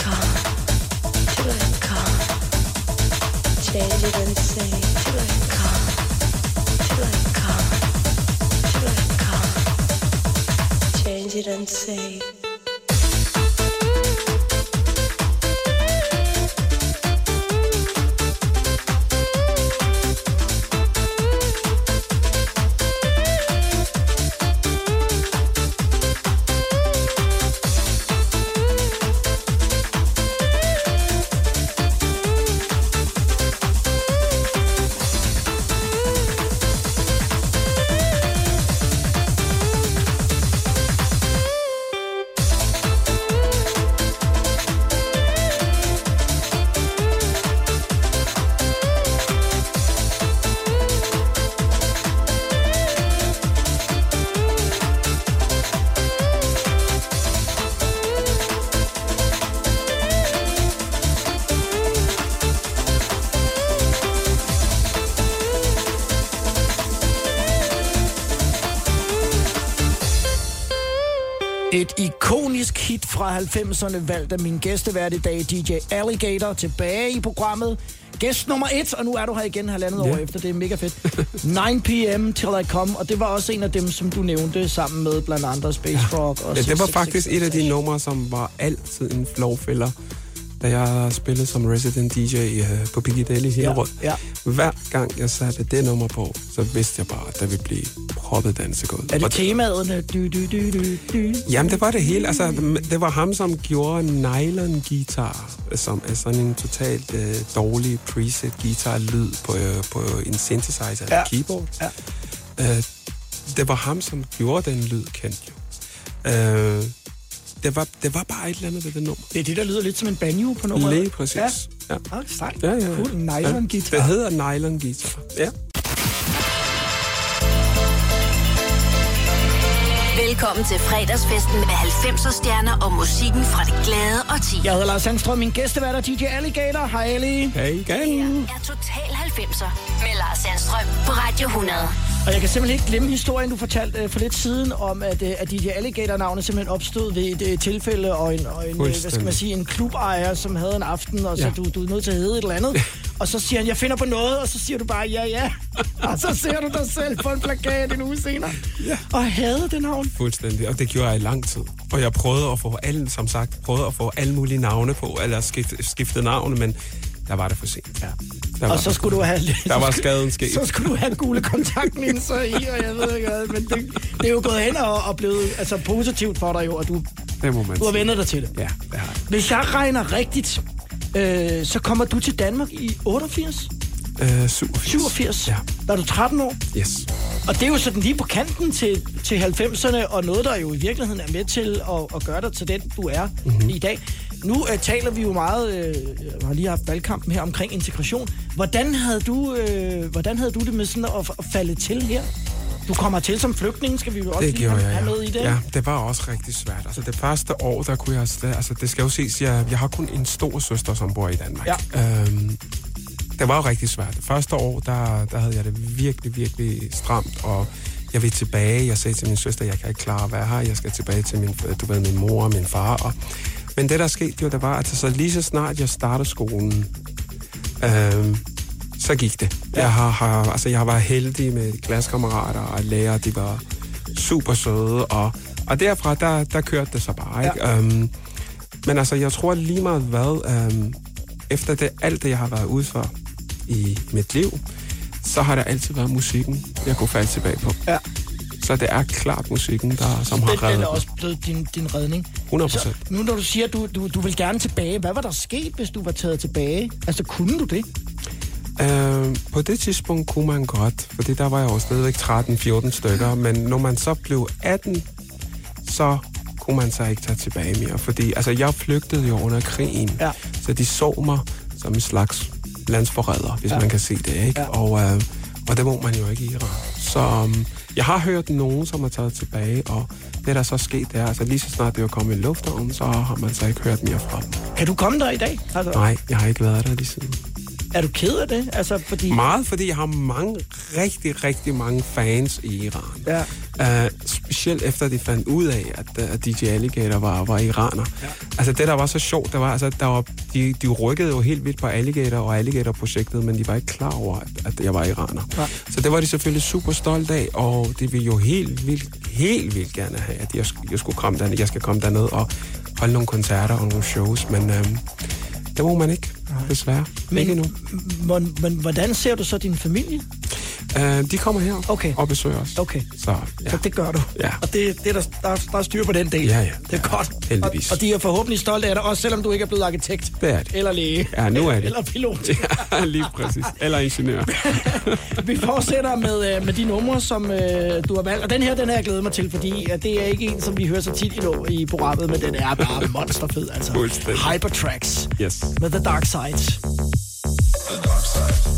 calm, till I'm calm. Change it and say, till I'm calm, till I'm calm, till I'm calm. Change it and say. Et ikonisk hit fra halvfemserne valgt af min gæstevært i dag, D J Alligator, tilbage i programmet. Gæst nummer et, og nu er du her igen halvandet yeah. år efter. Det er mega fedt. nine p m Till I Come, og det var også en af dem, som du nævnte, sammen med blandt andre Space Frog. Og ja, det var faktisk et af de numre, som var altid en flowfiller, da jeg spillede som resident D J uh, på Piccadilly hele ja, rundt. Ja. Hver gang jeg satte det nummer på, så vidste jeg bare, at der ville blive proppet dansegulv. Er det temaet? Du, du, du, du, du. Jamen, det var det hele. Altså, det var ham, som gjorde nylon-guitar, som er sådan en totalt øh, dårlig preset-guitar-lyd på, øh, på en synthesizer eller ja. keyboard. Ja. Øh, det var ham, som gjorde den lyd, kendt jo. Øh, det, var, det var bare et eller andet ved det nummer. Det er det, der lyder lidt som en banjo på nummeret. Lige præcis. Ja. Ja. Ah, stejt. Ja, ja, ja. Cool. Nylon-guitar. Ja. Det hedder nylon-guitar. Ja. Velkommen til fredagsfesten med halvfemser stjerner og musikken fra det glade årti. Jeg hedder Lars Sandstrøm, min gæstevært er D J Alligator. Hej, Ali. Hej, igen. Det er Total halvfemser med Lars Sandstrøm på Radio hundrede. Og jeg kan simpelthen ikke glemme historien, du fortalte uh, for lidt siden, om at, uh, at D J Alligator-navnet simpelthen opstod ved et uh, tilfælde, og en, og en uh, hvad skal man sige, en klubejer, som havde en aften, og så ja. du, du er nødt til at hedde et eller andet. Og så siger han, jeg finder på noget, og så siger du bare, ja, ja. Og så ser du dig selv på en plakat en uge senere. Ja. Og havde det navn. Fuldstændig, og det gjorde jeg i lang tid. Og jeg prøvede at få alle, som sagt, prøvede at få alle mulige navne på, eller skifte, skifte navne, men der var det for sent. Ja. Der og så skulle du have... Der var skaden sket. Så skulle du have gule kontaktlinser i, og jeg ved ikke hvad, men det, det er jo gået hen og, og blevet altså, positivt for dig jo, og du, det må man du har vendt dig til det. Ja, det har jeg. Hvis jeg regner rigtigt, øh, så kommer du til Danmark i otteogfirs? Øh, syvogfirs. syvogfirs? Ja. Der er du tretten år? Yes. Og det er jo sådan lige på kanten til, til halvfemserne, og noget, der jo i virkeligheden er med til at, at gøre dig til den, du er mm-hmm. i dag. Nu uh, taler vi jo meget, øh, jeg har lige haft valgkampen her omkring integration. Hvordan havde du, øh, hvordan havde du det med sådan at, at falde til her? Du kommer til som flygtning, skal vi jo også det lige have, jeg, ja. have med i det. Ja, det var også rigtig svært. Altså det første år, der kunne jeg... Altså det skal jo ses, jeg, jeg har kun en stor søster, som bor i Danmark. Ja. Øhm, det var jo rigtig svært. Det første år, der, der havde jeg det virkelig, virkelig stramt, og jeg vil tilbage. Jeg sagde til min søster, jeg kan ikke klare at være her. Jeg skal tilbage til min, du ved, min mor og min far. Og, men det, der skete jo, det var, at så lige så snart jeg startede skolen, øhm, så gik det. Ja. Jeg har, har, altså, jeg var heldig med klassekammerater og lærere, de var super søde, og, og derfra, der, der kørte det så bare, ikke? Ja. Øhm, men altså, jeg tror lige meget hvad, øhm, efter det, alt det, jeg har været ude for i mit liv, så har der altid været musikken, jeg kunne falde tilbage på. Ja. Så det er klart musikken, der, som har reddet mig. Den er også blevet din, din redning. hundrede procent. Så nu når du siger, at du, du, du vil gerne tilbage, hvad var der sket, hvis du var taget tilbage? Altså, kunne du det? Øh, på det tidspunkt kunne man godt, fordi der var jeg jo stadigvæk tretten fjorten stykker, men når man så blev atten, så kunne man så ikke tage tilbage mere, fordi altså, jeg flygtede jo under krigen, ja. Så de så mig som en slags landsforræder, hvis ja. Man kan se det, ikke? Ja. Og, øh, og det må man jo ikke i Iran. Så um, jeg har hørt nogen, som har taget tilbage, og det der så sket der, altså lige så snart det er kommet i lufthavnen, så har man så ikke hørt mere fra dem. Kan du komme der i dag? Altså... Nej, jeg har ikke været der lige siden. Er du ked af det? Altså, fordi... Meget, fordi jeg har mange, rigtig, rigtig mange fans i Iran. Ja. Uh, specielt efter de fandt ud af, at, at D J Alligator var, var iraner. Ja. Altså det, der var så sjovt, det var, altså, der var, de, de rykkede jo helt vildt på Alligator og Alligator-projektet, men de var ikke klar over, at, at jeg var iraner. Ja. Så det var de selvfølgelig super stolt af, og det ville jo helt vildt, helt vildt gerne have, at jeg, jeg skulle komme derned, jeg skal komme derned og holde nogle koncerter og nogle shows, men øhm, det må man ikke, desværre. Men, ikke endnu. Men, men hvordan ser du så din familie? Uh, de kommer her okay. og besøger os. Okay. Så, ja. Så det gør du. Ja. Og det, det er der, der, der er styr på den del. Ja, ja. Det er godt. Heldigvis. Og, og de er forhåbentlig stolte af dig, også selvom du ikke er blevet arkitekt. Det er det. Eller læge. Ja, nu er det. Eller pilot. Ja, lige præcis. Eller ingeniør. Vi fortsætter med, med de numre, som øh, du har valgt. Og den her, den har jeg glædet mig til, fordi at det er ikke en, som vi hører så tit i, i programmet, men den er bare monsterfed. Altså. Hypertracks. Yes. Med The Dark Side. The Dark Side.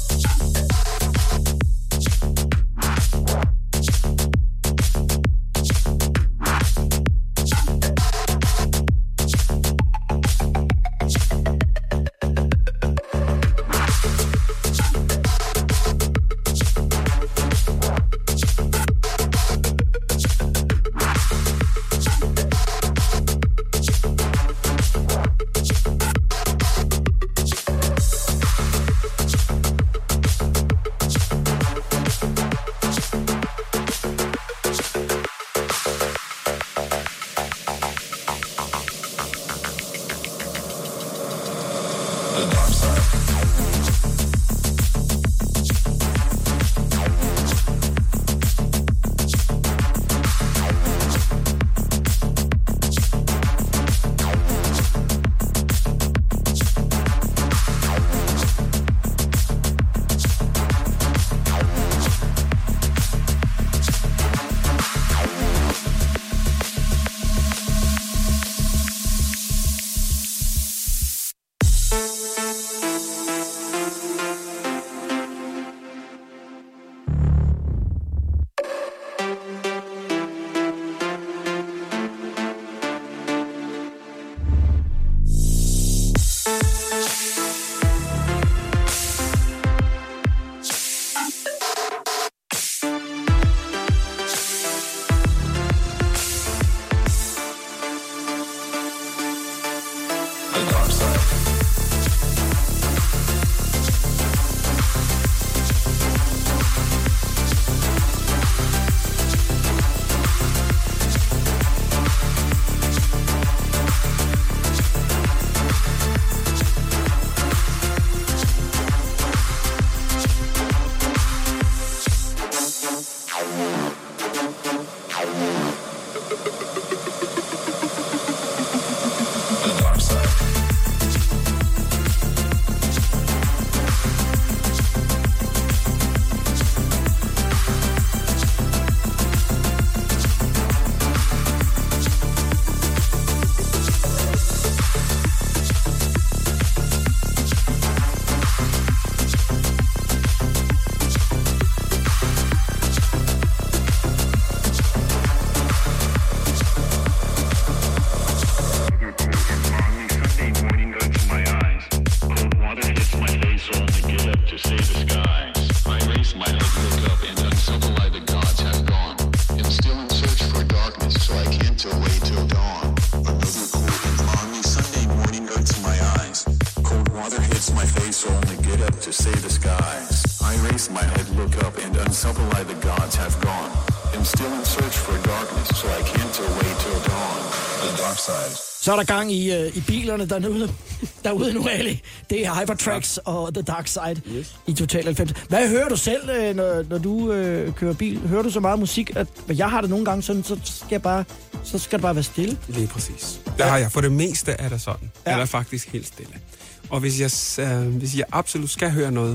Så er der gang i, uh, i bilerne derude, derude nu, Ali. Det er Hypertracks og The Dark Side yes. i Total halvfems. Hvad hører du selv, uh, når, når du uh, kører bil? Hører du så meget musik, at jeg har det nogle gange sådan, så skal, jeg bare, så skal det bare være stille? Lige præcis. Der har jeg. For det meste er der sådan. Ja. Jeg er faktisk helt stille. Og hvis jeg, uh, hvis jeg absolut skal høre noget,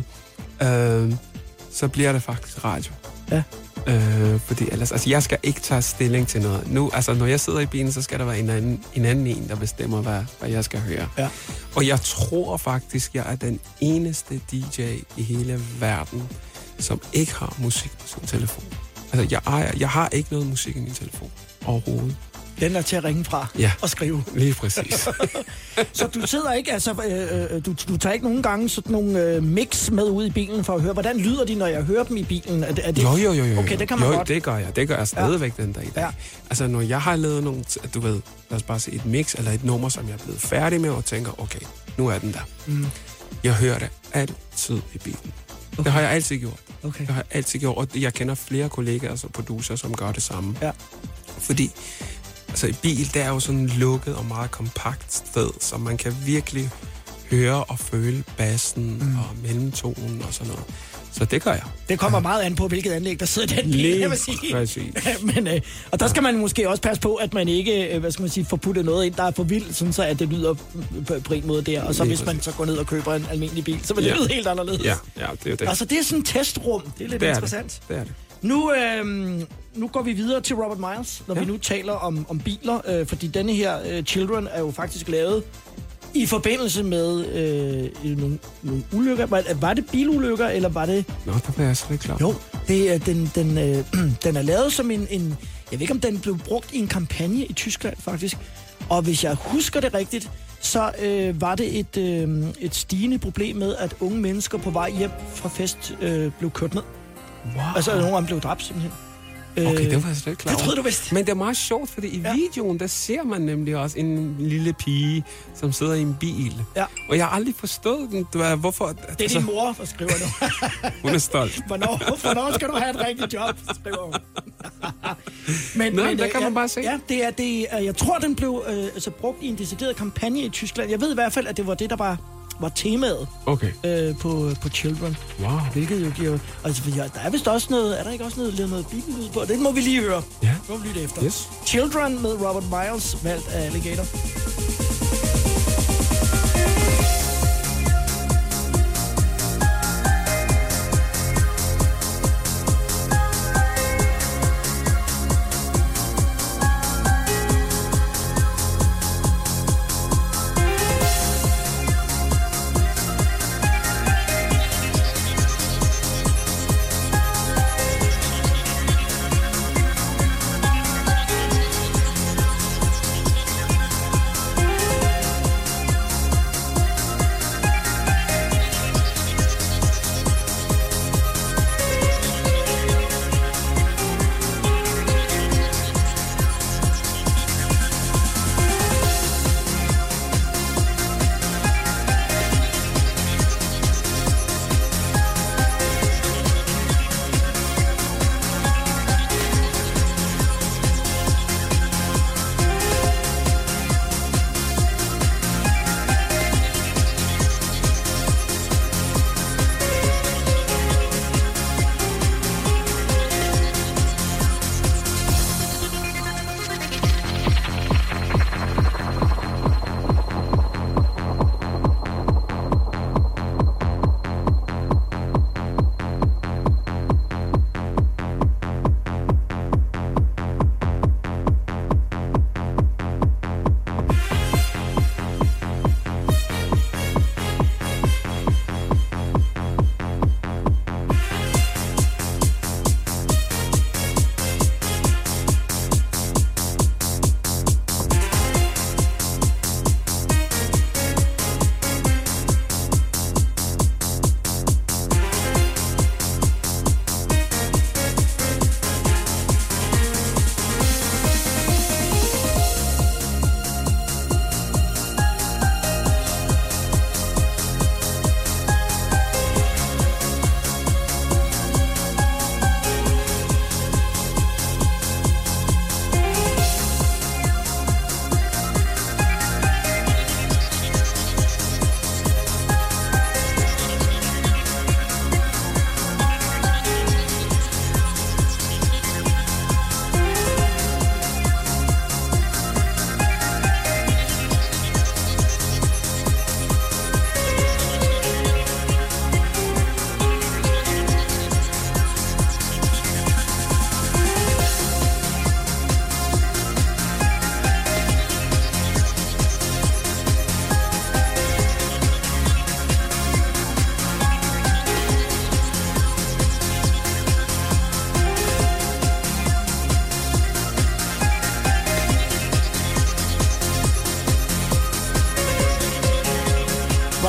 uh, så bliver det faktisk radio. Ja. Øh, fordi ellers, altså jeg skal ikke tage stilling til noget. Nu, altså når jeg sidder i bilen, så skal der være en anden en, anden en der bestemmer, hvad, hvad jeg skal høre. Ja. Og jeg tror faktisk, jeg er den eneste D J i hele verden, som ikke har musik på sin telefon. Altså jeg, ejer, jeg har ikke noget musik i min telefon overhovedet. Den er til at ringe fra Ja. og skrive. Lige præcis. Så du sidder ikke, altså, øh, øh, du, du tager ikke nogen gange sådan nogle øh, mix med ud i bilen for at høre, hvordan lyder de, når jeg hører dem i bilen? Er det, er det... Jo, jo, jo, jo. Okay, det kan man jo, godt. det gør jeg. Det gør jeg stadigvæk ja. den dag i dag. Ja. Altså, når jeg har lavet nogle, du ved, lad os bare sige et mix eller et nummer, som jeg er blevet færdig med, og tænker, okay, nu er den der. Mm. Jeg hører det altid i bilen. Okay. Det har jeg altid gjort. Okay. Det har jeg altid gjort, og jeg kender flere kollegaer, altså producer, som gør det samme. Ja. Fordi, altså i bil, det er jo sådan lukket og meget kompakt sted, så man kan virkelig høre og føle bassen mm. og mellemtonen og sådan noget. Så det gør jeg. Det kommer meget an på, hvilket anlæg der sidder i den bil, Lige jeg vil sige. præcis. Men, øh, og der skal man måske også passe på, at man ikke, øh, hvad skal man sige, får puttet noget ind, der er for vildt, sådan så at det lyder på, på en måde der. Og så Lige hvis man præcis. så går ned og køber en almindelig bil, så vil det Ja. lyde helt anderledes. Ja, ja, det er jo det. Altså det er sådan et testrum. Det er lidt det er interessant. Det. det er det. Nu, øh, nu går vi videre til Robert Miles, når ja. vi nu taler om, om biler, øh, fordi denne her øh, Children er jo faktisk lavet i forbindelse med øh, nogle, nogle ulykker. Var, var det bilulykker, eller var det... Nå, der bliver jeg slet ikke klar. Jo, det, er- den, den, øh, den er lavet som en, en... Jeg ved ikke, om den blev brugt i en kampagne i Tyskland, faktisk. Og hvis jeg husker det rigtigt, så øh, var det et, øh, et stigende problem med, at unge mennesker på vej hjem fra fest øh, blev kørt ned. Wow. Altså, nogle af dem blev dræbt, simpelthen. Okay, det var jeg slet ikke klar Det over. troede du vist. Men det er meget sjovt, fordi i Ja. videoen, der ser man nemlig også en lille pige, som sidder i en bil. Ja. Og jeg har aldrig forstået den. Du er, hvorfor... Det er din mor, der skriver nu. Hun er stolt. Hvornår, hvornår skal du have et rigtigt job, skriver hun. men, Nå, men, der øh, kan man ja, bare se. Ja, det er, det er, jeg tror, den blev øh, altså, brugt i en decideret kampagne i Tyskland. Jeg ved i hvert fald, at det var det, der var, var temaet Okay. øh, på, på Children. Wow. Hvilket jo giver... Altså, ja, der er vist også noget... Er der ikke også noget, noget bibellyd på? Det må vi lige høre. Ja. Det må vi lytte efter. Yes. Children med Robert Miles, valgt af Alligator. Thank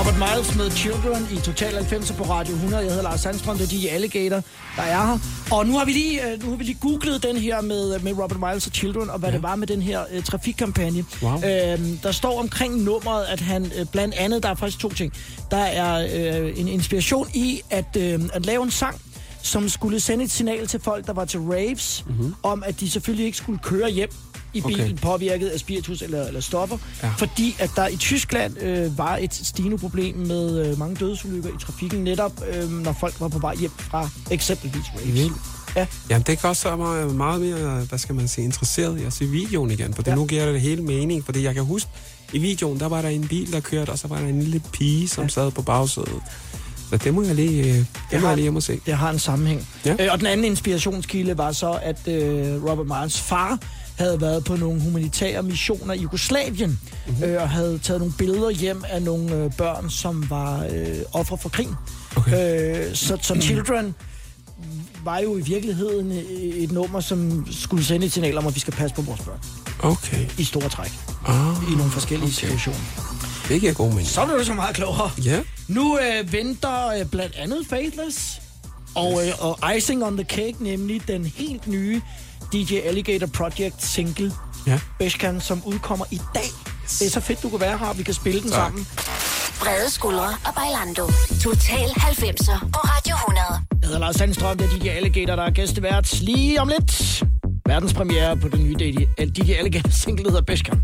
Robert Miles med Children i Total halvfemser på Radio hundrede. Jeg hedder Lars Sandstrøm, det er D J Alligator, der er her. Og nu har vi lige, nu har vi lige googlet den her med, med Robert Miles og Children, og hvad ja. det var med den her uh, trafikkampagne. Wow. Øhm, der står omkring nummeret, at han uh, blandt andet, der er faktisk to ting. Der er uh, en inspiration i at, uh, at lave en sang, som skulle sende et signal til folk, der var til raves, mm-hmm. om at de selvfølgelig ikke skulle køre hjem i bilen okay. påvirket af spiritus eller, eller stoffer, ja. fordi at der i Tyskland øh, var et stigende problem med øh, mange dødsulykker i trafikken, netop øh, når folk var på vej hjem fra eksempelvis raves. Ja. Jamen, det kan også være meget mere, hvad skal man sige, interesseret i at se videoen igen, for det ja. nu giver det hele mening, fordi jeg kan huske, i videoen, der var der en bil, der kørte, og så var der en lille pige, som ja. sad på bagsædet. Så det må jeg lige, det det må har, jeg lige hjem og se. Det har en sammenhæng. Ja. Øh, og den anden inspirationskilde var så, at øh, Robert Miles far havde været på nogle humanitære missioner i Jugoslavien, mm-hmm. øh, og havde taget nogle billeder hjem af nogle øh, børn, som var øh, ofre for krigen. Okay. Øh, så, så Children var jo i virkeligheden et nummer, som skulle sende et signal om, at vi skal passe på vores børn. Okay. I store træk. Ah, I nogle forskellige okay. situationer. Det giver god mening. Så er du så meget klogere. Ja. Yeah. Nu øh, venter øh, blandt andet Faithless og, øh, og Icing on the Cake, nemlig den helt nye D J Alligator Project single, ja. Beshkan, som udkommer i dag. Yes. Det er så fedt, du kan være her, og vi kan spille den tak. sammen. Brede skuldre og Bailando. Total halvfemser på Radio hundrede. Jeg hedder Lars Sandstrøm, det er D J Alligator, der er gæstevært lige om lidt. Verdenspremiere på den nye D J Alligator single, der hedder Beshkan.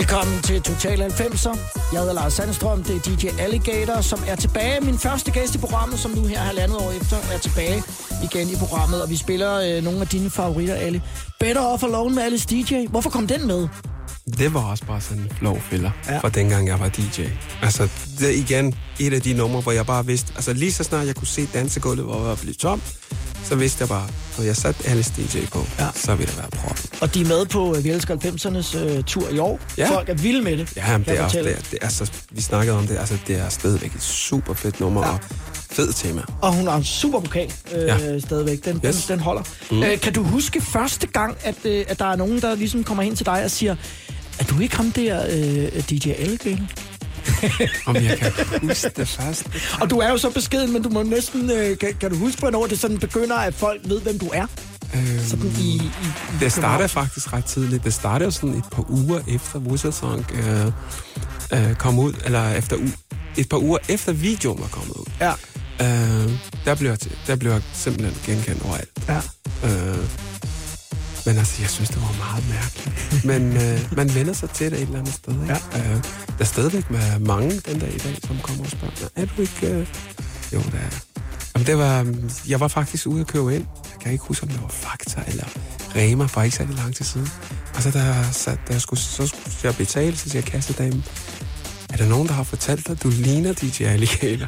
Velkommen til Total halvfemser. Jeg hedder Lars Sandstrøm, det er D J Alligator, som er tilbage. Min første gæst i programmet, som nu her halvandet år efter, er tilbage igen i programmet. Og vi spiller øh, nogle af dine favoritter, Ali. Better Off Alone med Alice D J. Hvorfor kom den med? Det var også bare sådan en flow-filler, Ja. fra dengang jeg var D J. Altså, det er igen et af de numre, hvor jeg bare vidste, altså lige så snart jeg kunne se dansegulvet, hvor jeg var blevet tom, så vidste jeg bare, når jeg satte Alice D J på, Ja. så ville det være proppen. Og de er med på øh, Vi elsker halvfemsernes øh, tur i år. Ja. Folk er vilde med det. Ja, men kan det er, jeg også, fortælle. det, er, det er så, vi snakkede om det, altså det er stadigvæk et super fedt nummer, Ja. ja. og fed tema. Og hun har en super pokal øh, Ja. stadigvæk. Den, Yes. den, den holder. Mm. Øh, kan du huske første gang, at, øh, at der er nogen, der ligesom kommer hen til dig og siger, er du ikke ham der øh, D J Alligator? Om jeg kan huske det først. Og du er jo så beskeden, men du må næsten... Øh, kan, kan du huske, hvornår det sådan begynder, at folk ved, hvem du er? Øhm, Sådan i, i, i det startede faktisk ret tidligt. Det startede sådan et par uger efter Wusselsong øh, øh, kom ud, eller efter u- et par uger efter videoen var kommet ud. Ja. Øh, der, blev jeg til, der blev jeg simpelthen genkendt overalt. Ja. Øh, men altså, jeg synes, det var meget mærkeligt. Men øh, man vender sig til det et eller andet sted. Ikke? Ja. Øh, der er stadigvæk med mange den dag i dag, som kommer og spørger, er du ikke... Øh... Jo, det er jeg. Jamen, det var... Jeg var faktisk ude at købe ind. Jeg kan ikke huske, om det var Fakta eller Rema for ikke særlig lang tid siden. Og så da jeg, sat, da jeg skulle, så skulle jeg betale, så siger kassedamen, er der nogen, der har fortalt dig, at du ligner D J Alligator?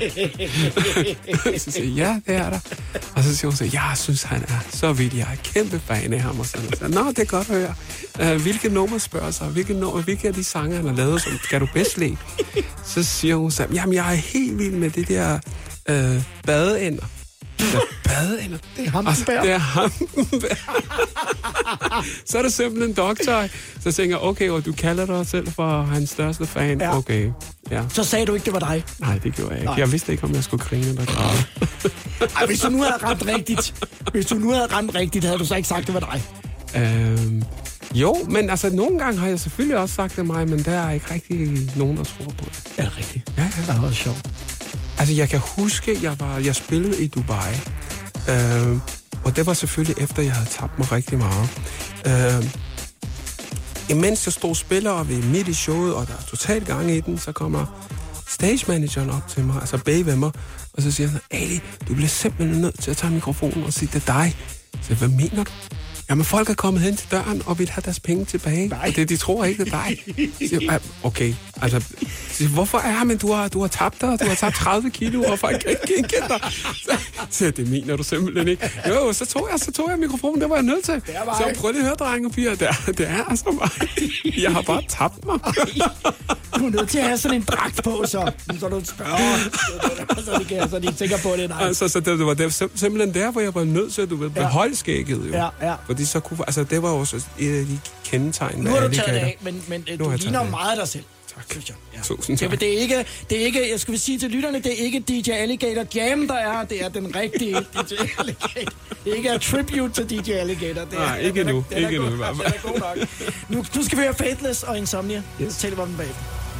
Så siger jeg, ja, det er der. Og så siger hun så, ja, jeg synes, han er så vild. Jeg er kæmpe fan af ham. Og sådan. Og så, nå, det er godt at høre. Uh, hvilke nummer spørger sig? Hvilke, nummer, hvilke af de sange, han har lavet, som skal du bedst lide? Så siger hun så, jamen, jeg er helt vild med det der uh, badeænder. Der badeænder? Det er ham, Altså, den bærer. det er ham, den bærer. Så er det simpelthen Dogtøj. Så tænker jeg, okay, og du kalder dig selv for hans største fan. Ja. Okay, ja. Så sagde du ikke, det var dig. Nej, det gjorde jeg ikke. Nej. Jeg vidste ikke, om jeg skulle grine eller græde. Ej, hvis du nu havde ramt rigtigt, hvis du nu havde ramt rigtigt, havde du så ikke sagt, det var dig. øhm, jo, men altså, nogle gange har jeg selvfølgelig også sagt det mig, men der er ikke rigtig nogen, der tror på det. Er det rigtigt? Ja, Det ja. var også sjovt. Altså, jeg kan huske, jeg var, jeg spillede i Dubai. Øhm, og det var selvfølgelig efter, jeg havde tabt mig rigtig meget. Øhm, imens jeg stod og spiller, og vi er midt i showet, og der er totalt gang i den, så kommer stage manageren op til mig, altså bag ved mig, og så siger han, Ali, du bliver simpelthen nødt til at tage mikrofonen og sige, det er dig. Så jeg, hvad mener du? Jamen, folk er kommet hen til døren og vil have deres penge tilbage. Nej. Og det, de tror ikke, det er dig. Så siger, jeg, okay, altså, så siger, jeg, hvorfor er men du har, du har tabt dig, du har tabt tredive kilo, og folk kan ikke genkende dig. Så siger jeg, det mener du simpelthen ikke. Jo, så tog jeg, så tog jeg mikrofonen, det var jeg nødt til. er mig. Så prøv lige at høre, drenge og piger, det er, det er altså mig. Jeg har bare tabt mig. Du er nødt til at have sådan en dragt på, så, så du spørger, så de, kan, så de tænker på det. Nej. Altså, så det, det var det, sim- simpelthen der, hvor jeg var nødt til at du ved, beholde skægget. Jo. Ja, ja. Fordi så kunne, altså, det var jo også et af de kendetegn. Nu har du taget det af, men, men øh, Nu har du jeg taget ligner det af. meget dig selv. Tak. Synes jeg. Ja. Tusind tak. Det, det, er ikke, det er ikke, jeg skal sige til lytterne, det er ikke D J Alligator Jam, der er, det er den rigtige D J Alligator. Det er ikke et tribute til D J Alligator. Det er, Nej, ikke den er- endnu. den er Ikke god- endnu, i hvert fald. Den er god nok. Nu, nu skal vi høre Faithless og Insomnia. Yes. Så taler vi om den bagefter.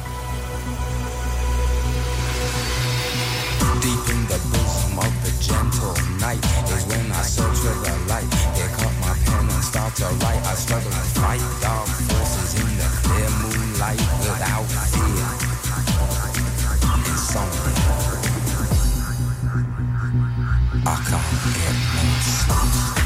Deep in the bosom of the gentle night is when I search for the light. Pick up my pen and start to write. I struggle to fight dark forces in the clear moonlight without fear. Insomnia. I can't get no sleep.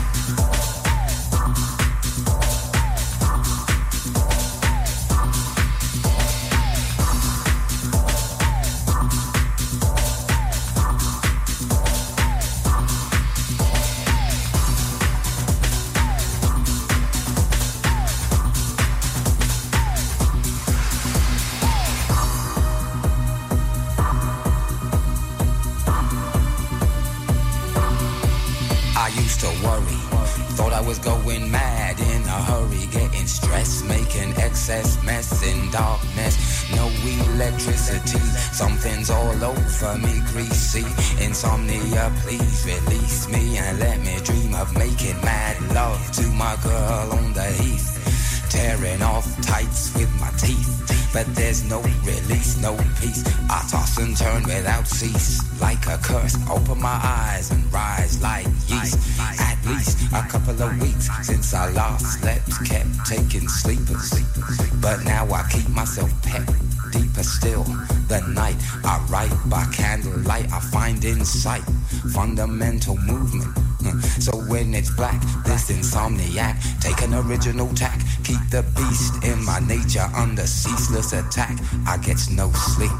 I used to worry, thought I was going mad in a hurry, getting stressed, making excess mess in darkness. No electricity, something's all over me, greasy. Insomnia, please release me and let me dream of making mad love to my girl on the heath, tearing off tights with my teeth. but there's no release, no peace. I toss and turn without cease, like a curse. Open my eyes and rise like yeast. At least a couple of weeks since I last slept, kept taking sleepers, but now I keep myself pet. Deeper still, the night I write by candlelight, I find insight, fundamental movement. So when it's black, this insomniac, take an original tack, keep the beast in my nature under ceaseless attack. I get no sleep,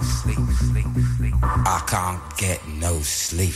I can't get no sleep.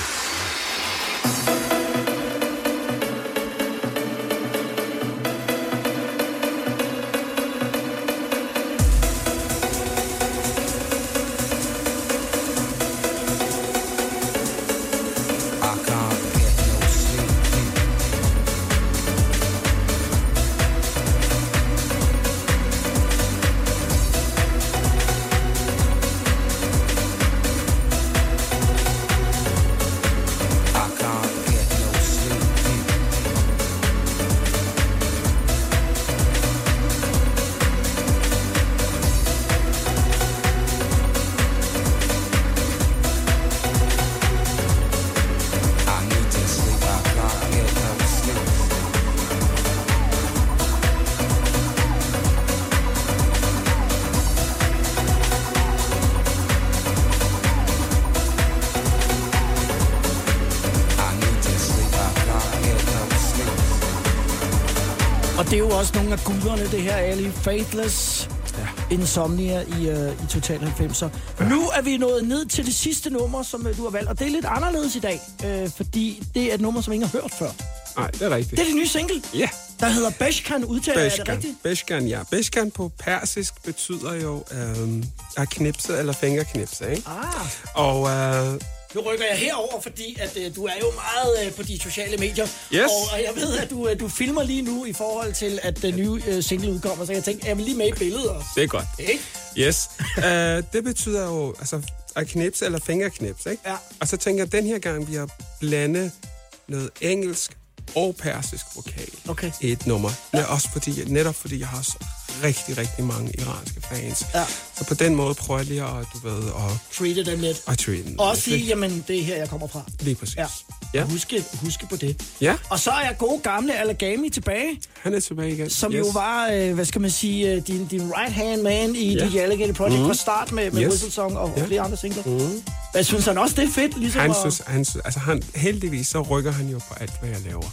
Det er jo også nogle af guderne, det her, Ali. Faithless, ja. Insomnia i, uh, i Total halvfemser. Ja. Nu er vi nået ned til det sidste nummer, som uh, du har valgt, og det er lidt anderledes i dag, uh, fordi det er et nummer, som ingen har hørt før. Nej, det er rigtigt. Det er det nye single, ja. der hedder Beshkan, udtaler jeg det rigtigt? Beshkan, ja. Beshkan på persisk betyder jo øhm, at knipse eller fingerknipse, ikke? Ah. Og øh, nu rykker jeg herover, fordi at, øh, du er jo meget øh, på de sociale medier. Yes. Og, og jeg ved, at du, øh, du filmer lige nu i forhold til, at den nye øh, single udkommer. Så jeg tænkte, jeg vil lige med i billedet også. Det er godt. Ikke? Yes. uh, det betyder jo altså, at knipse eller fingerknipse, ikke? Ja. Og så tænker jeg, at den her gang vi har blandet noget engelsk og persisk vokal okay. i et nummer. Ja. Også fordi, netop fordi jeg har så rigtig, rigtig mange iranske fans. Ja. Så på den måde prøver jeg lige at, du ved, at... Treate den lidt. Og treate den. Og sige, jamen, det er her, jeg kommer fra. Lige præcis. Ja. Ja. Huske, huske på det. Ja. Og så er jeg gode gamle Alagami tilbage. Han er tilbage igen. Som yes. jo var, øh, hvad skal man sige, din, din right-hand man i yeah. D J Alligator Project mm. fra start med, med yes. Whistle Song og, yeah. og flere andre singler. Mm. Jeg synes han også, det er fedt, ligesom han at... synes, han synes, altså han, heldigvis så rykker han jo på alt, hvad jeg laver.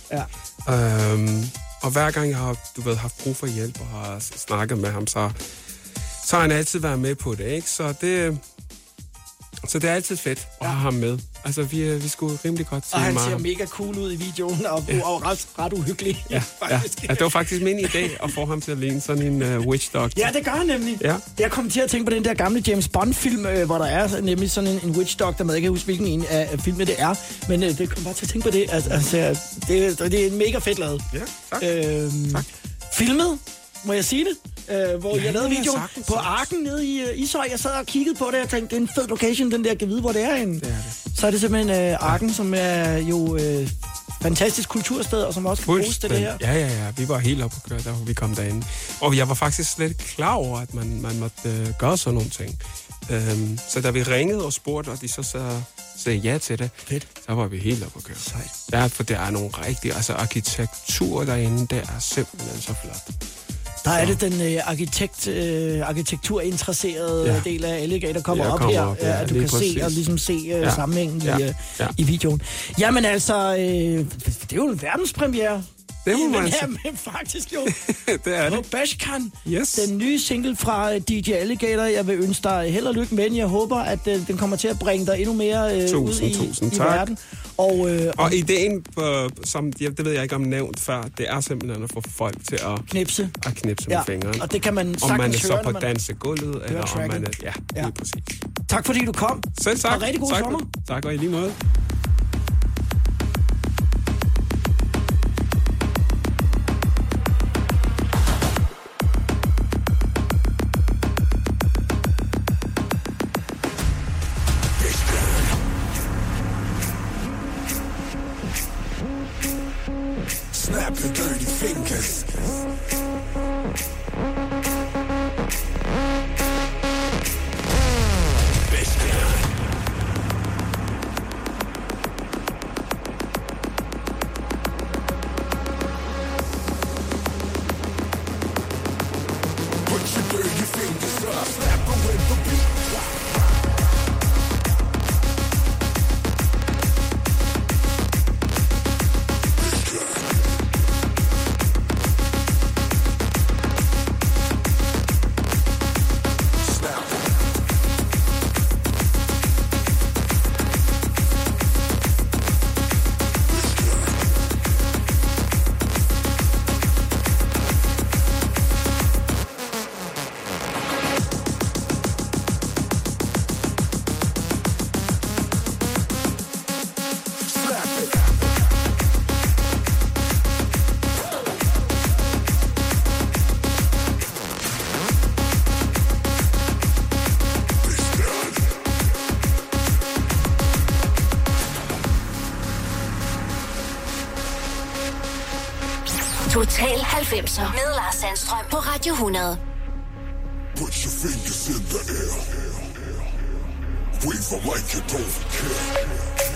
Ja. Øhm, og hver gang jeg har, du ved, haft brug for hjælp og har snakket med ham, så, så har han altid været med på det, ikke? Så det, så det er altid fedt at ja. have ham med. Altså, vi, vi skulle rimelig godt til Og han meget. ser mega cool ud i videoen, og, ja. og ret, ret uhyggelig. Ja, ja. ja, det var faktisk min idé at få ham til at ligne sådan en uh, witch doctor. Ja, det gør han nemlig. Ja. Jeg kom til at tænke på den der gamle James Bond-film, øh, hvor der er nemlig sådan en, en witch doctor, men jeg kan ikke huske, hvilken en af filmene det er. Men øh, det kom bare til at tænke på det. Altså, altså det, det er mega fedt lavet. Ja, tak. Øhm, tak. Filmet, må jeg sige det? Øh, hvor ja, jeg lavede videoen sagtens, på Arken nede i uh, Ishøj. Jeg sad og kiggede på det og tænkte, det er en fed location, den der kan vide, hvor det er henne. Det er det. Så er det simpelthen uh, Arken, ja. som er jo uh, fantastisk kultursted, og som også kan bruges til det her. Ja, ja, ja. Vi var helt oppe at køre, da vi kom derinde. Og jeg var faktisk slet ikke klar over, at man, man måtte uh, gøre sådan nogle ting. Um, så da vi ringede og spurgte, og de så sagde, sagde ja til det, fedt. Så var vi helt oppe at køre. Sejt. Ja, for der er nogle rigtige, altså arkitektur derinde, der er simpelthen så flot. Der er det den øh, arkitekt, øh, arkitekturinteresserede ja. del af Alligator, der kommer, ja, op kommer her, op, ja, ja, at du kan præcis. se og ligesom se øh, ja. sammenhængen ja. i, øh, ja. i videoen. Jamen altså, øh, det er jo en verdenspremiere. Det må man ja, sige. men faktisk jo. Det er det. Beshkan, yes. den nye single fra D J Alligator. Jeg vil ønske dig held og lykke med den. Jeg håber, at øh, den kommer til at bringe dig endnu mere øh, tusind, ud i, tusind, i tak. verden. Og, øh, og ideen, på, som det ved jeg ikke om nævnt før, det er simpelthen at få folk til at knipse, at knipse ja. med fingeren. Og det kan man sagtens høre, om man er så høre, på man dansegulvet, eller om man er... Ja, ja. lige præcis. Tak fordi du kom. Selv tak. Og rigtig god tak, sommer. Tak, og i lige måde. Snap your dirty fingers. Total halvfemser med Lars Sandstrøm på Radio hundrede. Put your fingers in the air. Wave them like you don't care.